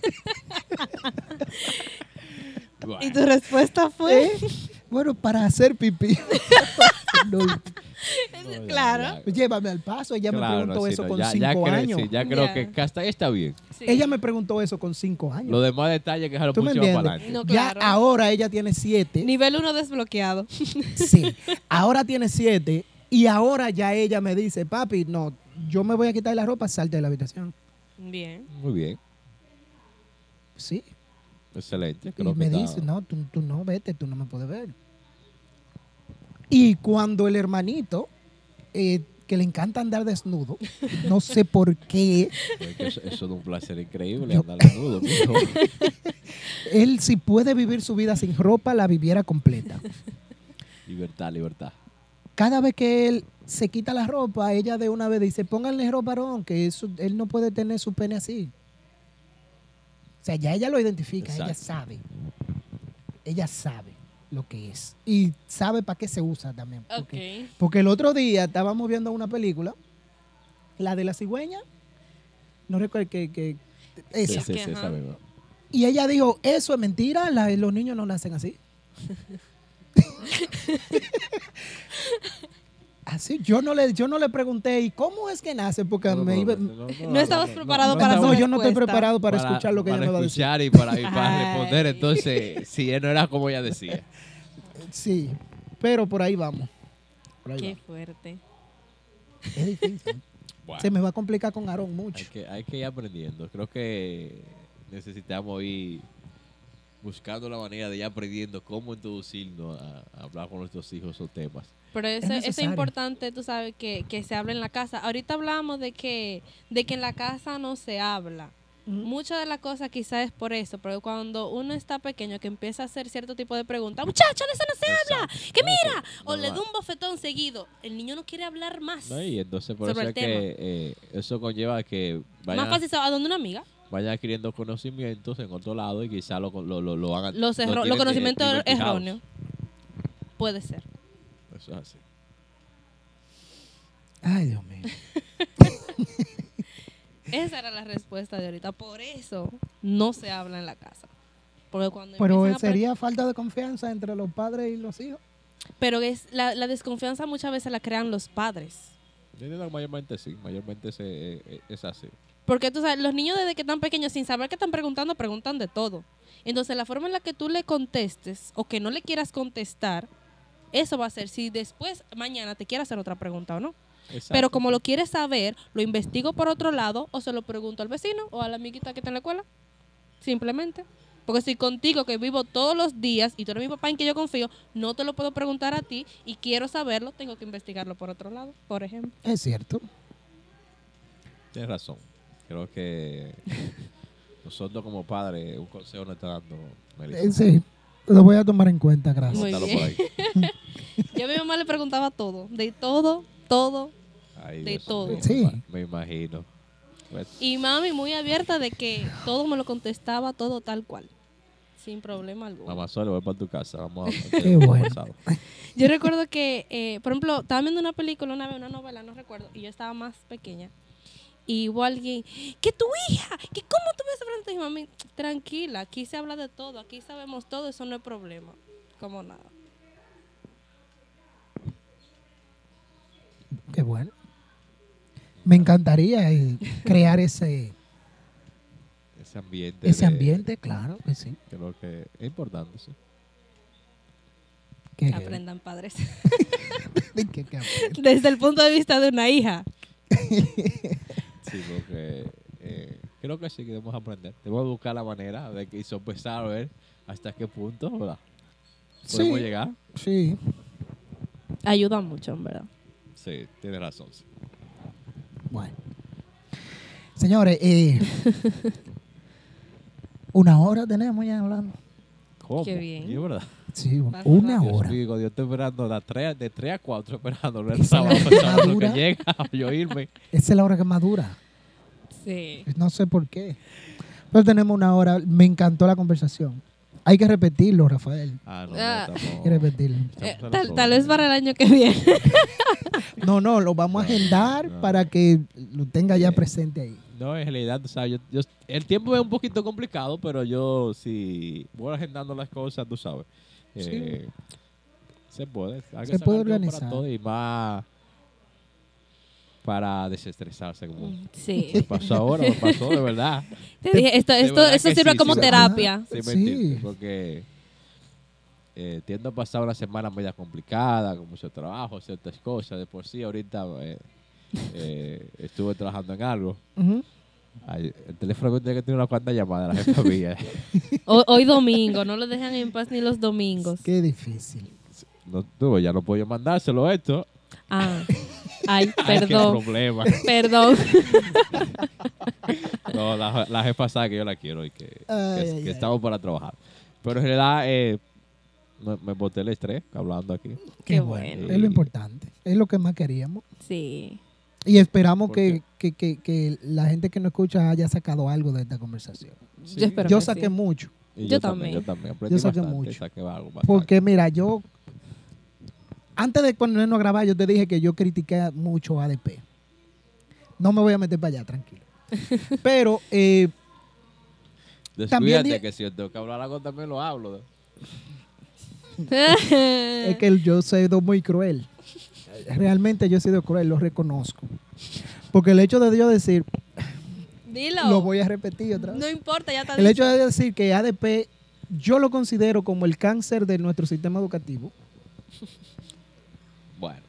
Speaker 3: Bueno,
Speaker 2: ¿Y tu respuesta fue?
Speaker 1: ¿Eh? Bueno, para hacer pipí. No,
Speaker 3: no,
Speaker 2: Claro.
Speaker 1: llévame al paso. Ella me
Speaker 3: Claro,
Speaker 1: preguntó
Speaker 3: sí,
Speaker 1: eso
Speaker 3: no,
Speaker 1: con
Speaker 3: ya
Speaker 1: 5
Speaker 3: creo-
Speaker 1: años.
Speaker 3: sí, ya creo
Speaker 2: Ya.
Speaker 3: que hasta ahí está bien.
Speaker 2: Sí.
Speaker 1: Ella me preguntó eso con 5 años.
Speaker 3: Los demás detalles que se lo
Speaker 1: ¿Tú me
Speaker 3: pusimos
Speaker 1: entiendes?
Speaker 3: para adelante.
Speaker 2: No,
Speaker 1: Ya
Speaker 2: claro.
Speaker 1: ahora ella tiene 7.
Speaker 2: Nivel 1 desbloqueado.
Speaker 1: Sí, ahora tiene 7 y ahora ya ella me dice, papi, no, yo me voy a quitar la ropa, salte de la habitación.
Speaker 2: Bien.
Speaker 3: Muy bien.
Speaker 1: Sí,
Speaker 3: Excelente.
Speaker 1: y
Speaker 3: Creo
Speaker 1: me
Speaker 3: que está-
Speaker 1: dice, no, tú no, vete, tú no me puedes ver. Y cuando el hermanito, que le encanta andar desnudo, no sé por qué,
Speaker 3: es que eso es un placer increíble
Speaker 1: Yo-
Speaker 3: andar desnudo, mijo.
Speaker 1: él si puede vivir su vida sin ropa, la viviera completa.
Speaker 3: Libertad, libertad.
Speaker 1: Cada vez que él se quita la ropa, ella de una vez dice, pónganle ropa, varón, que él no puede tener su pene así. O sea, ya ella lo identifica, ella
Speaker 3: Exacto.
Speaker 1: sabe. Ella sabe lo que es. Y sabe para qué se usa también. Porque el otro día estábamos viendo una película, la de la cigüeña, no recuerdo que esa.
Speaker 3: Sí, sí,
Speaker 2: Ajá.
Speaker 3: sabemos.
Speaker 1: Y ella dijo, eso es mentira, los niños no nacen así. Así, yo no le pregunté, ¿y cómo es que nace? Porque me iba...
Speaker 2: No estabas preparado
Speaker 1: No,
Speaker 2: para
Speaker 1: no,
Speaker 2: su
Speaker 1: yo no estoy
Speaker 2: respuesta.
Speaker 1: preparado para escuchar lo que ella me va a decir.
Speaker 3: escuchar y para
Speaker 2: Ay.
Speaker 3: responder, entonces, si él no era como ella decía.
Speaker 1: Sí, pero por ahí vamos. Por ahí
Speaker 2: Qué
Speaker 1: vamos.
Speaker 2: fuerte.
Speaker 1: Es difícil.
Speaker 3: Bueno,
Speaker 1: Se me va a complicar con Aarón mucho.
Speaker 3: hay que ir aprendiendo. Creo que necesitamos ir buscando la manera de ir aprendiendo cómo introducirnos a hablar con nuestros hijos esos temas.
Speaker 2: Pero eso es
Speaker 1: necesario.
Speaker 2: importante, tú sabes, que se hable en la casa. Ahorita hablamos de que en la casa no se habla.
Speaker 1: Ujú.
Speaker 2: Muchas de las cosas quizás es por eso, porque cuando uno está pequeño que empieza a hacer cierto tipo de preguntas, muchacho, de eso no se habla, que mira, o le da un bofetón seguido, el niño no quiere hablar más.
Speaker 3: ¿No? Y entonces por
Speaker 2: Sobre
Speaker 3: eso
Speaker 2: el
Speaker 3: es que eso conlleva a que
Speaker 2: Más fácil se va a donde una amiga.
Speaker 3: vayan adquiriendo conocimientos en otro lado y quizás lo hagan.
Speaker 2: Los
Speaker 3: tienen
Speaker 2: conocimientos
Speaker 3: privilegiados.
Speaker 2: erróneos. Puede ser.
Speaker 3: Eso es así.
Speaker 1: Ay, Dios mío.
Speaker 2: Esa era la respuesta de ahorita. Por eso no se habla en la casa. Porque cuando
Speaker 1: Pero
Speaker 2: empiezan a
Speaker 1: sería falta de confianza entre los padres y los hijos.
Speaker 2: Pero es la desconfianza muchas veces la crean los padres.
Speaker 3: Yo entiendo que mayormente sí, mayormente es así.
Speaker 2: Porque tú sabes, los niños desde que están pequeños, sin saber qué están preguntando, preguntan de todo. Entonces, la forma en la que tú le contestes o que no le quieras contestar, eso va a ser si después, mañana, te quiere hacer otra pregunta o no.
Speaker 3: Exacto.
Speaker 2: Pero como lo quieres saber, lo investigo por otro lado o se lo pregunto al vecino o a la amiguita que está en la escuela. Simplemente. Porque si contigo, que vivo todos los días y tú eres mi papá en que yo confío, no te lo puedo preguntar a ti y quiero saberlo, tengo que investigarlo por otro lado, por ejemplo.
Speaker 1: Es cierto.
Speaker 3: Tienes razón. Creo que nosotros como padres, un consejo nos está dando Melissa.
Speaker 1: Sí, lo voy a tomar en cuenta, gracias.
Speaker 2: Muy
Speaker 3: Dalo
Speaker 2: bien.
Speaker 3: por ahí.
Speaker 2: Yo a mi mamá le preguntaba todo, de todo.
Speaker 3: Ay,
Speaker 2: De
Speaker 3: Dios
Speaker 2: todo.
Speaker 3: mío,
Speaker 1: Sí.
Speaker 3: me imagino. Pues,
Speaker 2: Y mami muy abierta de que todo me lo contestaba, todo tal cual. Sin problema alguno.
Speaker 3: mamá solo voy para tu casa. Vamos a
Speaker 1: Qué bueno.
Speaker 3: pasado.
Speaker 2: Yo recuerdo que, por ejemplo, estaba viendo una película una vez, una novela, no recuerdo, y yo estaba más pequeña. Y hubo alguien, que tu hija, que cómo tú ves frente a tu hija, mami, tranquila, aquí se habla de todo, aquí sabemos todo, eso no es problema. Como nada.
Speaker 1: Qué bueno. Me encantaría crear ese
Speaker 3: Ese ambiente.
Speaker 1: ambiente, claro que sí.
Speaker 3: Creo que es importante, sí.
Speaker 1: Que
Speaker 2: Aprendan padres.
Speaker 1: que aprendan.
Speaker 2: Desde el punto de vista de una hija.
Speaker 3: Sí, porque creo que sí que debemos aprender. Debemos buscar la manera de que sopesar a ver hasta qué punto, ¿verdad? Podemos
Speaker 1: Sí,
Speaker 3: llegar.
Speaker 1: sí.
Speaker 2: Ayuda mucho, en verdad.
Speaker 3: Sí, tienes razón. Sí.
Speaker 1: Bueno. Señores, una hora tenemos ya hablando.
Speaker 3: ¿Cómo?
Speaker 2: Qué bien.
Speaker 3: Sí, es verdad.
Speaker 1: Sí,
Speaker 2: Vas
Speaker 1: una
Speaker 2: rápido.
Speaker 1: hora.
Speaker 3: Digo, yo estoy esperando de 3 a 4 esperando el
Speaker 1: Esa es
Speaker 3: sábado,
Speaker 1: la hora
Speaker 3: sábado que
Speaker 1: dura.
Speaker 3: llega a yo irme.
Speaker 1: Esa es la hora que más dura.
Speaker 2: Sí.
Speaker 1: No sé por qué. Pero tenemos una hora. Me encantó la conversación. Hay que repetirlo, Rafael.
Speaker 3: Ah, no,
Speaker 2: Ah.
Speaker 3: no,
Speaker 1: Hay
Speaker 3: estamos,
Speaker 1: que repetirlo.
Speaker 3: estamos a las
Speaker 2: Tal vez
Speaker 3: horas.
Speaker 2: para el año que viene.
Speaker 1: No, lo vamos a agendar
Speaker 3: no.
Speaker 1: para que lo tenga ya
Speaker 3: Bien.
Speaker 1: presente ahí.
Speaker 3: No, en realidad, o sea, el tiempo es un poquito complicado, pero yo sí voy agendando las cosas, tú sabes. Se puede. Hay que
Speaker 1: Se puede
Speaker 3: sacar tiempo
Speaker 1: organizar.
Speaker 3: para todo y más para desestresarse. Como
Speaker 2: Sí.
Speaker 3: me pasó ahora, me pasó de verdad.
Speaker 2: Te dije, esto
Speaker 3: verdad que
Speaker 2: sirve
Speaker 3: sí,
Speaker 2: como
Speaker 3: sí,
Speaker 2: terapia.
Speaker 3: Sí, me
Speaker 1: Sí.
Speaker 3: entiendes, porque tiendo a pasar una semana media complicada, con mucho trabajo, ciertas cosas. De por sí, ahorita estuve trabajando en algo.
Speaker 1: Ujú.
Speaker 3: Ay, el teléfono tiene que tener una cuanta llamadas, la jefa mía.
Speaker 2: Hoy domingo, no lo dejan en paz ni los domingos.
Speaker 1: Qué difícil.
Speaker 3: No, ya no puedo yo mandárselo esto.
Speaker 2: Ah, ay,
Speaker 3: Ay, qué
Speaker 2: perdón,
Speaker 3: problema.
Speaker 2: perdón.
Speaker 3: No, la jefa sabe que yo la quiero y que
Speaker 1: Ay, ay.
Speaker 3: estamos para trabajar. Pero en realidad me boté el estrés hablando aquí.
Speaker 2: Qué
Speaker 1: bueno.
Speaker 2: bueno.
Speaker 1: Es lo importante. Es lo que más queríamos.
Speaker 2: Sí.
Speaker 1: Y esperamos
Speaker 3: ¿Por
Speaker 1: que la gente que nos escucha haya sacado algo de esta conversación.
Speaker 2: Yo espero
Speaker 1: Yo
Speaker 2: que
Speaker 1: saqué
Speaker 2: sí.
Speaker 1: mucho.
Speaker 3: Y
Speaker 2: Yo también.
Speaker 3: Yo también. Aprendí
Speaker 1: Yo saqué
Speaker 3: bastante,
Speaker 1: mucho.
Speaker 3: saqué algo bastante.
Speaker 1: Porque mira, yo antes de ponernos a grabar, yo te dije que yo critiqué mucho a ADP. No me voy a meter para allá, tranquilo. Pero también
Speaker 3: Descuídate que si yo tengo que hablar algo también lo hablo.
Speaker 1: es que yo he sido muy cruel. Realmente yo he sido cruel, lo reconozco. Porque el hecho de yo decir,
Speaker 2: Dilo.
Speaker 1: lo voy a repetir otra vez.
Speaker 2: No importa, ya está
Speaker 1: El
Speaker 2: dicho.
Speaker 1: hecho de decir que ADP yo lo considero como el cáncer de nuestro sistema educativo.
Speaker 3: Bueno,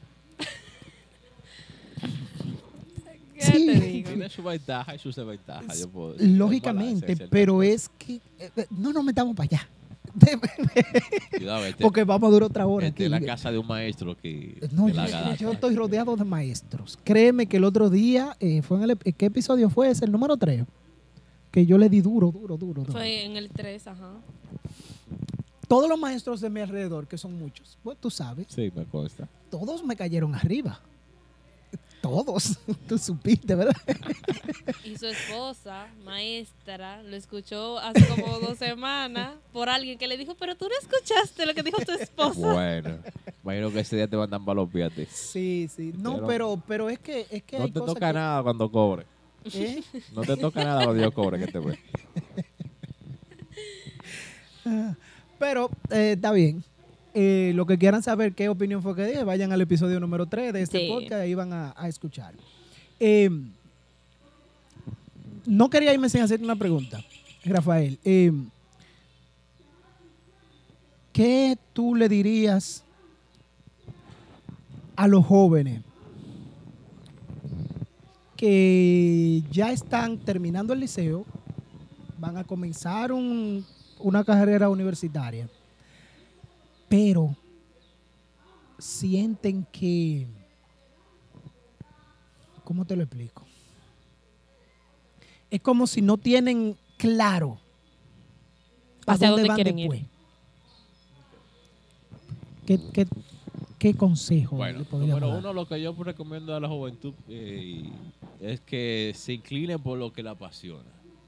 Speaker 2: ¿Qué
Speaker 1: Sí.
Speaker 2: te digo?
Speaker 3: tiene su ventaja y sus desventajas. Yo puedo decir.
Speaker 1: Lógicamente,
Speaker 3: Balance,
Speaker 1: pero
Speaker 3: ciertas
Speaker 1: es que no nos metamos para allá.
Speaker 3: cosas. Cuidado,
Speaker 1: Porque vamos a durar otra hora
Speaker 3: este
Speaker 1: aquí.
Speaker 3: es la casa de un maestro que
Speaker 1: No,
Speaker 3: que la haga
Speaker 1: yo
Speaker 3: data.
Speaker 1: estoy rodeado de maestros. Créeme que el otro día, fue en ¿qué episodio fue ese? El número 3. Que yo le di duro.
Speaker 2: Fue en el 3, ajá.
Speaker 1: Todos los maestros de mi alrededor, que son muchos, pues tú sabes,
Speaker 3: Sí, me consta.
Speaker 1: todos me cayeron arriba. Todos. Tú supiste, ¿verdad?
Speaker 2: Y su esposa, maestra, lo escuchó hace como 2 semanas por alguien que le dijo, pero tú no escuchaste lo que dijo tu esposa.
Speaker 3: Bueno, imagino que ese día te mandan para los pies.
Speaker 1: Sí. No,
Speaker 3: Pero-
Speaker 1: pero es que
Speaker 3: No
Speaker 1: hay
Speaker 3: te
Speaker 1: cosas
Speaker 3: toca
Speaker 1: que-
Speaker 3: nada cuando cobre.
Speaker 1: ¿Eh?
Speaker 3: No te toca nada cuando yo cobre que te ve.
Speaker 1: Pero está bien. Lo que quieran saber qué opinión fue que dije, vayan al episodio número 3 de este
Speaker 2: Sí.
Speaker 1: podcast, ahí van a escuchar. No quería irme sin hacer una pregunta, Rafael. ¿Qué tú le dirías a los jóvenes que ya están terminando el liceo, van a comenzar una carrera universitaria, pero sienten que, ¿cómo te lo explico? Es como si no tienen claro
Speaker 2: ¿Hacia dónde
Speaker 1: van
Speaker 2: quieren
Speaker 1: después.
Speaker 2: ir?
Speaker 1: ¿Qué consejo
Speaker 3: Bueno,
Speaker 1: le podríamos
Speaker 3: número
Speaker 1: dar?
Speaker 3: uno, lo que yo recomiendo a la juventud es que se incline por lo que la apasiona.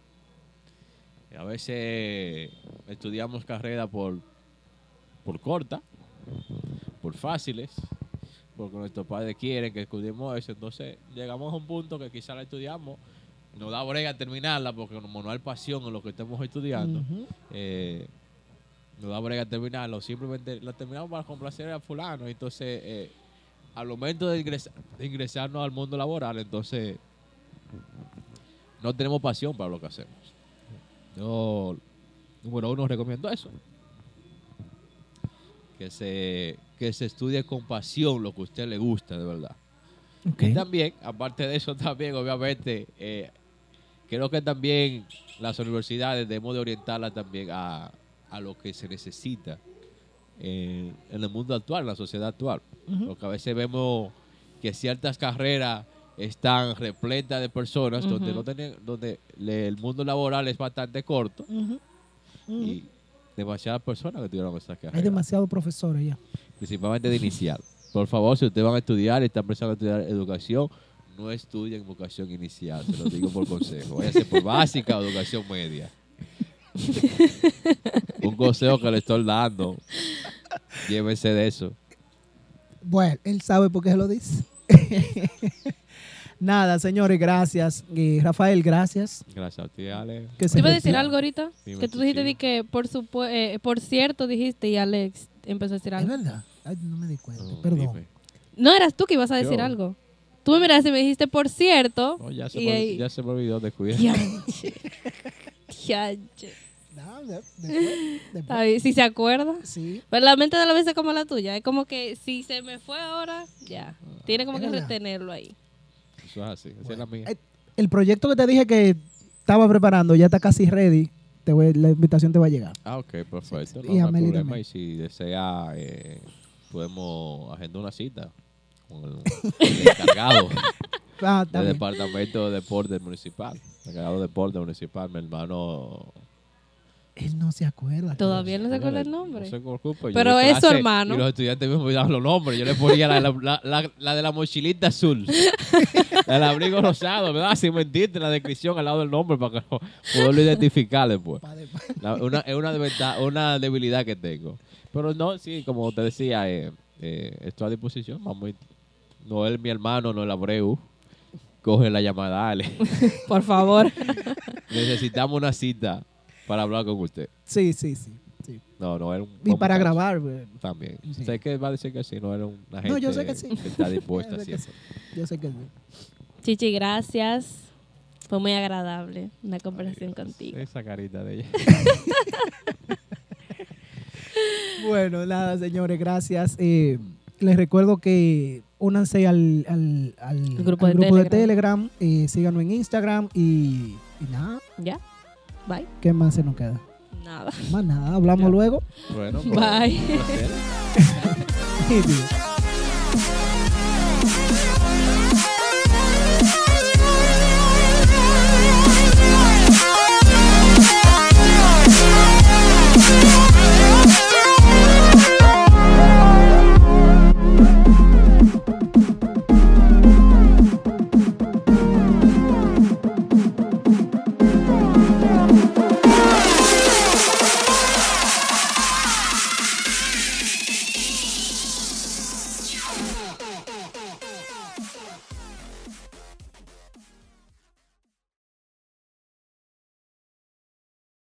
Speaker 3: A veces estudiamos carreras por corta, por fáciles, porque nuestros padres quieren que estudiemos eso. Entonces llegamos a un punto que quizás la estudiamos, nos da brega terminarla porque como no hay pasión en lo que estamos estudiando,
Speaker 1: Ujú.
Speaker 3: nos da brega terminarlo, simplemente la terminamos para complacer a fulano. Entonces, al momento de ingresarnos al mundo laboral, entonces no tenemos pasión para lo que hacemos. Yo, número uno, recomiendo eso. Que se estudie con pasión lo que a usted le gusta, de verdad.
Speaker 1: Ok.
Speaker 3: Y también, aparte de eso, también, obviamente, creo que también las universidades debemos de orientarlas también a lo que se necesita en el mundo actual, en la sociedad actual.
Speaker 1: Ujú.
Speaker 3: Porque a veces vemos que ciertas carreras están repletas de personas
Speaker 2: Ujú.
Speaker 3: donde el mundo laboral es bastante corto
Speaker 1: Ujú. Ujú.
Speaker 3: y demasiadas personas que tuvieron esas carreras.
Speaker 1: Hay demasiados profesores ya.
Speaker 3: Principalmente de inicial. Por favor, si ustedes van a estudiar y están pensando en estudiar educación, no estudien educación inicial, se lo digo por consejo. Váyase por básica o educación media. Un consejo que le estoy dando. Llévense de eso.
Speaker 1: Bueno, él sabe por qué se lo dice. Nada, señores, gracias. Rafael, gracias.
Speaker 3: Gracias a ti, Ale.
Speaker 1: Que
Speaker 2: ¿Te iba a decir
Speaker 1: retire.
Speaker 2: algo ahorita?
Speaker 3: Dime,
Speaker 2: Que tú dijiste
Speaker 3: sí.
Speaker 2: di que por cierto dijiste y Alex empezó a decir
Speaker 1: Es
Speaker 2: algo.
Speaker 1: verdad. Ay, no me di cuenta.
Speaker 3: No,
Speaker 1: Perdón.
Speaker 3: dime.
Speaker 2: No eras tú que ibas a decir
Speaker 3: Yo.
Speaker 2: algo. Tú me miraste y me dijiste por cierto.
Speaker 3: No, ya,
Speaker 2: y ahí-
Speaker 3: ya se me olvidó de cuidar.
Speaker 2: Dianche. Dianche.
Speaker 1: No, después.
Speaker 2: Está bien, si se acuerda.
Speaker 1: Sí.
Speaker 2: Pero la mente de la vez es como la tuya. Es como que si se me fue ahora, ya. Tiene como
Speaker 1: Es
Speaker 2: que
Speaker 1: verdad.
Speaker 2: retenerlo ahí.
Speaker 3: Eso es así. Esa es la mía.
Speaker 1: El proyecto que te dije que estaba preparando ya está casi ready. La invitación te va a llegar.
Speaker 3: Ah, ok, perfecto.
Speaker 1: Sí,
Speaker 3: No,
Speaker 1: y
Speaker 3: no
Speaker 1: a
Speaker 3: hay
Speaker 1: Meli
Speaker 3: problema.
Speaker 1: también.
Speaker 3: Y si desea, podemos agendar una cita con el encargado
Speaker 1: Ah, está
Speaker 3: del
Speaker 1: bien.
Speaker 3: Departamento de Deporte Municipal. El encargado de Deporte Municipal, mi hermano.
Speaker 1: Él no se acuerda.
Speaker 2: Todavía no se acuerda el nombre.
Speaker 3: No se preocupe. yo
Speaker 2: Pero
Speaker 3: di
Speaker 2: es su
Speaker 3: clase
Speaker 2: hermano.
Speaker 3: Y los estudiantes me olvidaban los nombres. Yo le ponía la de la mochilita azul. La del abrigo rosado, ¿verdad? Sin mentirte, la descripción al lado del nombre para que poderlo identificar después. Es una debilidad que tengo. Pero no, sí, como te decía, estoy a disposición. No es mi hermano, no es el Abreu. Coge la llamada, Ale.
Speaker 2: Por favor.
Speaker 3: Necesitamos una cita para hablar con usted.
Speaker 1: Sí.
Speaker 3: No, era un...
Speaker 1: Y para
Speaker 3: muchacho.
Speaker 1: grabar. güey.
Speaker 3: También.
Speaker 1: Sí.
Speaker 3: Sé que va a decir que sí, no era una gente
Speaker 1: No, yo sé que sí.
Speaker 3: está dispuesta
Speaker 1: Yo sé que
Speaker 3: siempre.
Speaker 1: sí. Yo sé que sí.
Speaker 2: Chichi, gracias. Fue muy agradable una conversación contigo.
Speaker 3: Esa carita de ella.
Speaker 1: Bueno, nada, señores, gracias. Les recuerdo que únanse al
Speaker 2: grupo de
Speaker 1: de
Speaker 2: Telegram.
Speaker 1: Telegram. Síganos en Instagram y nada,
Speaker 2: ¿Ya? Bye.
Speaker 1: ¿qué más se nos queda?
Speaker 2: Nada.
Speaker 1: Más nada, hablamos
Speaker 3: Ya.
Speaker 1: luego.
Speaker 3: Bueno,
Speaker 2: Bye.
Speaker 3: un placer.
Speaker 1: Nítido.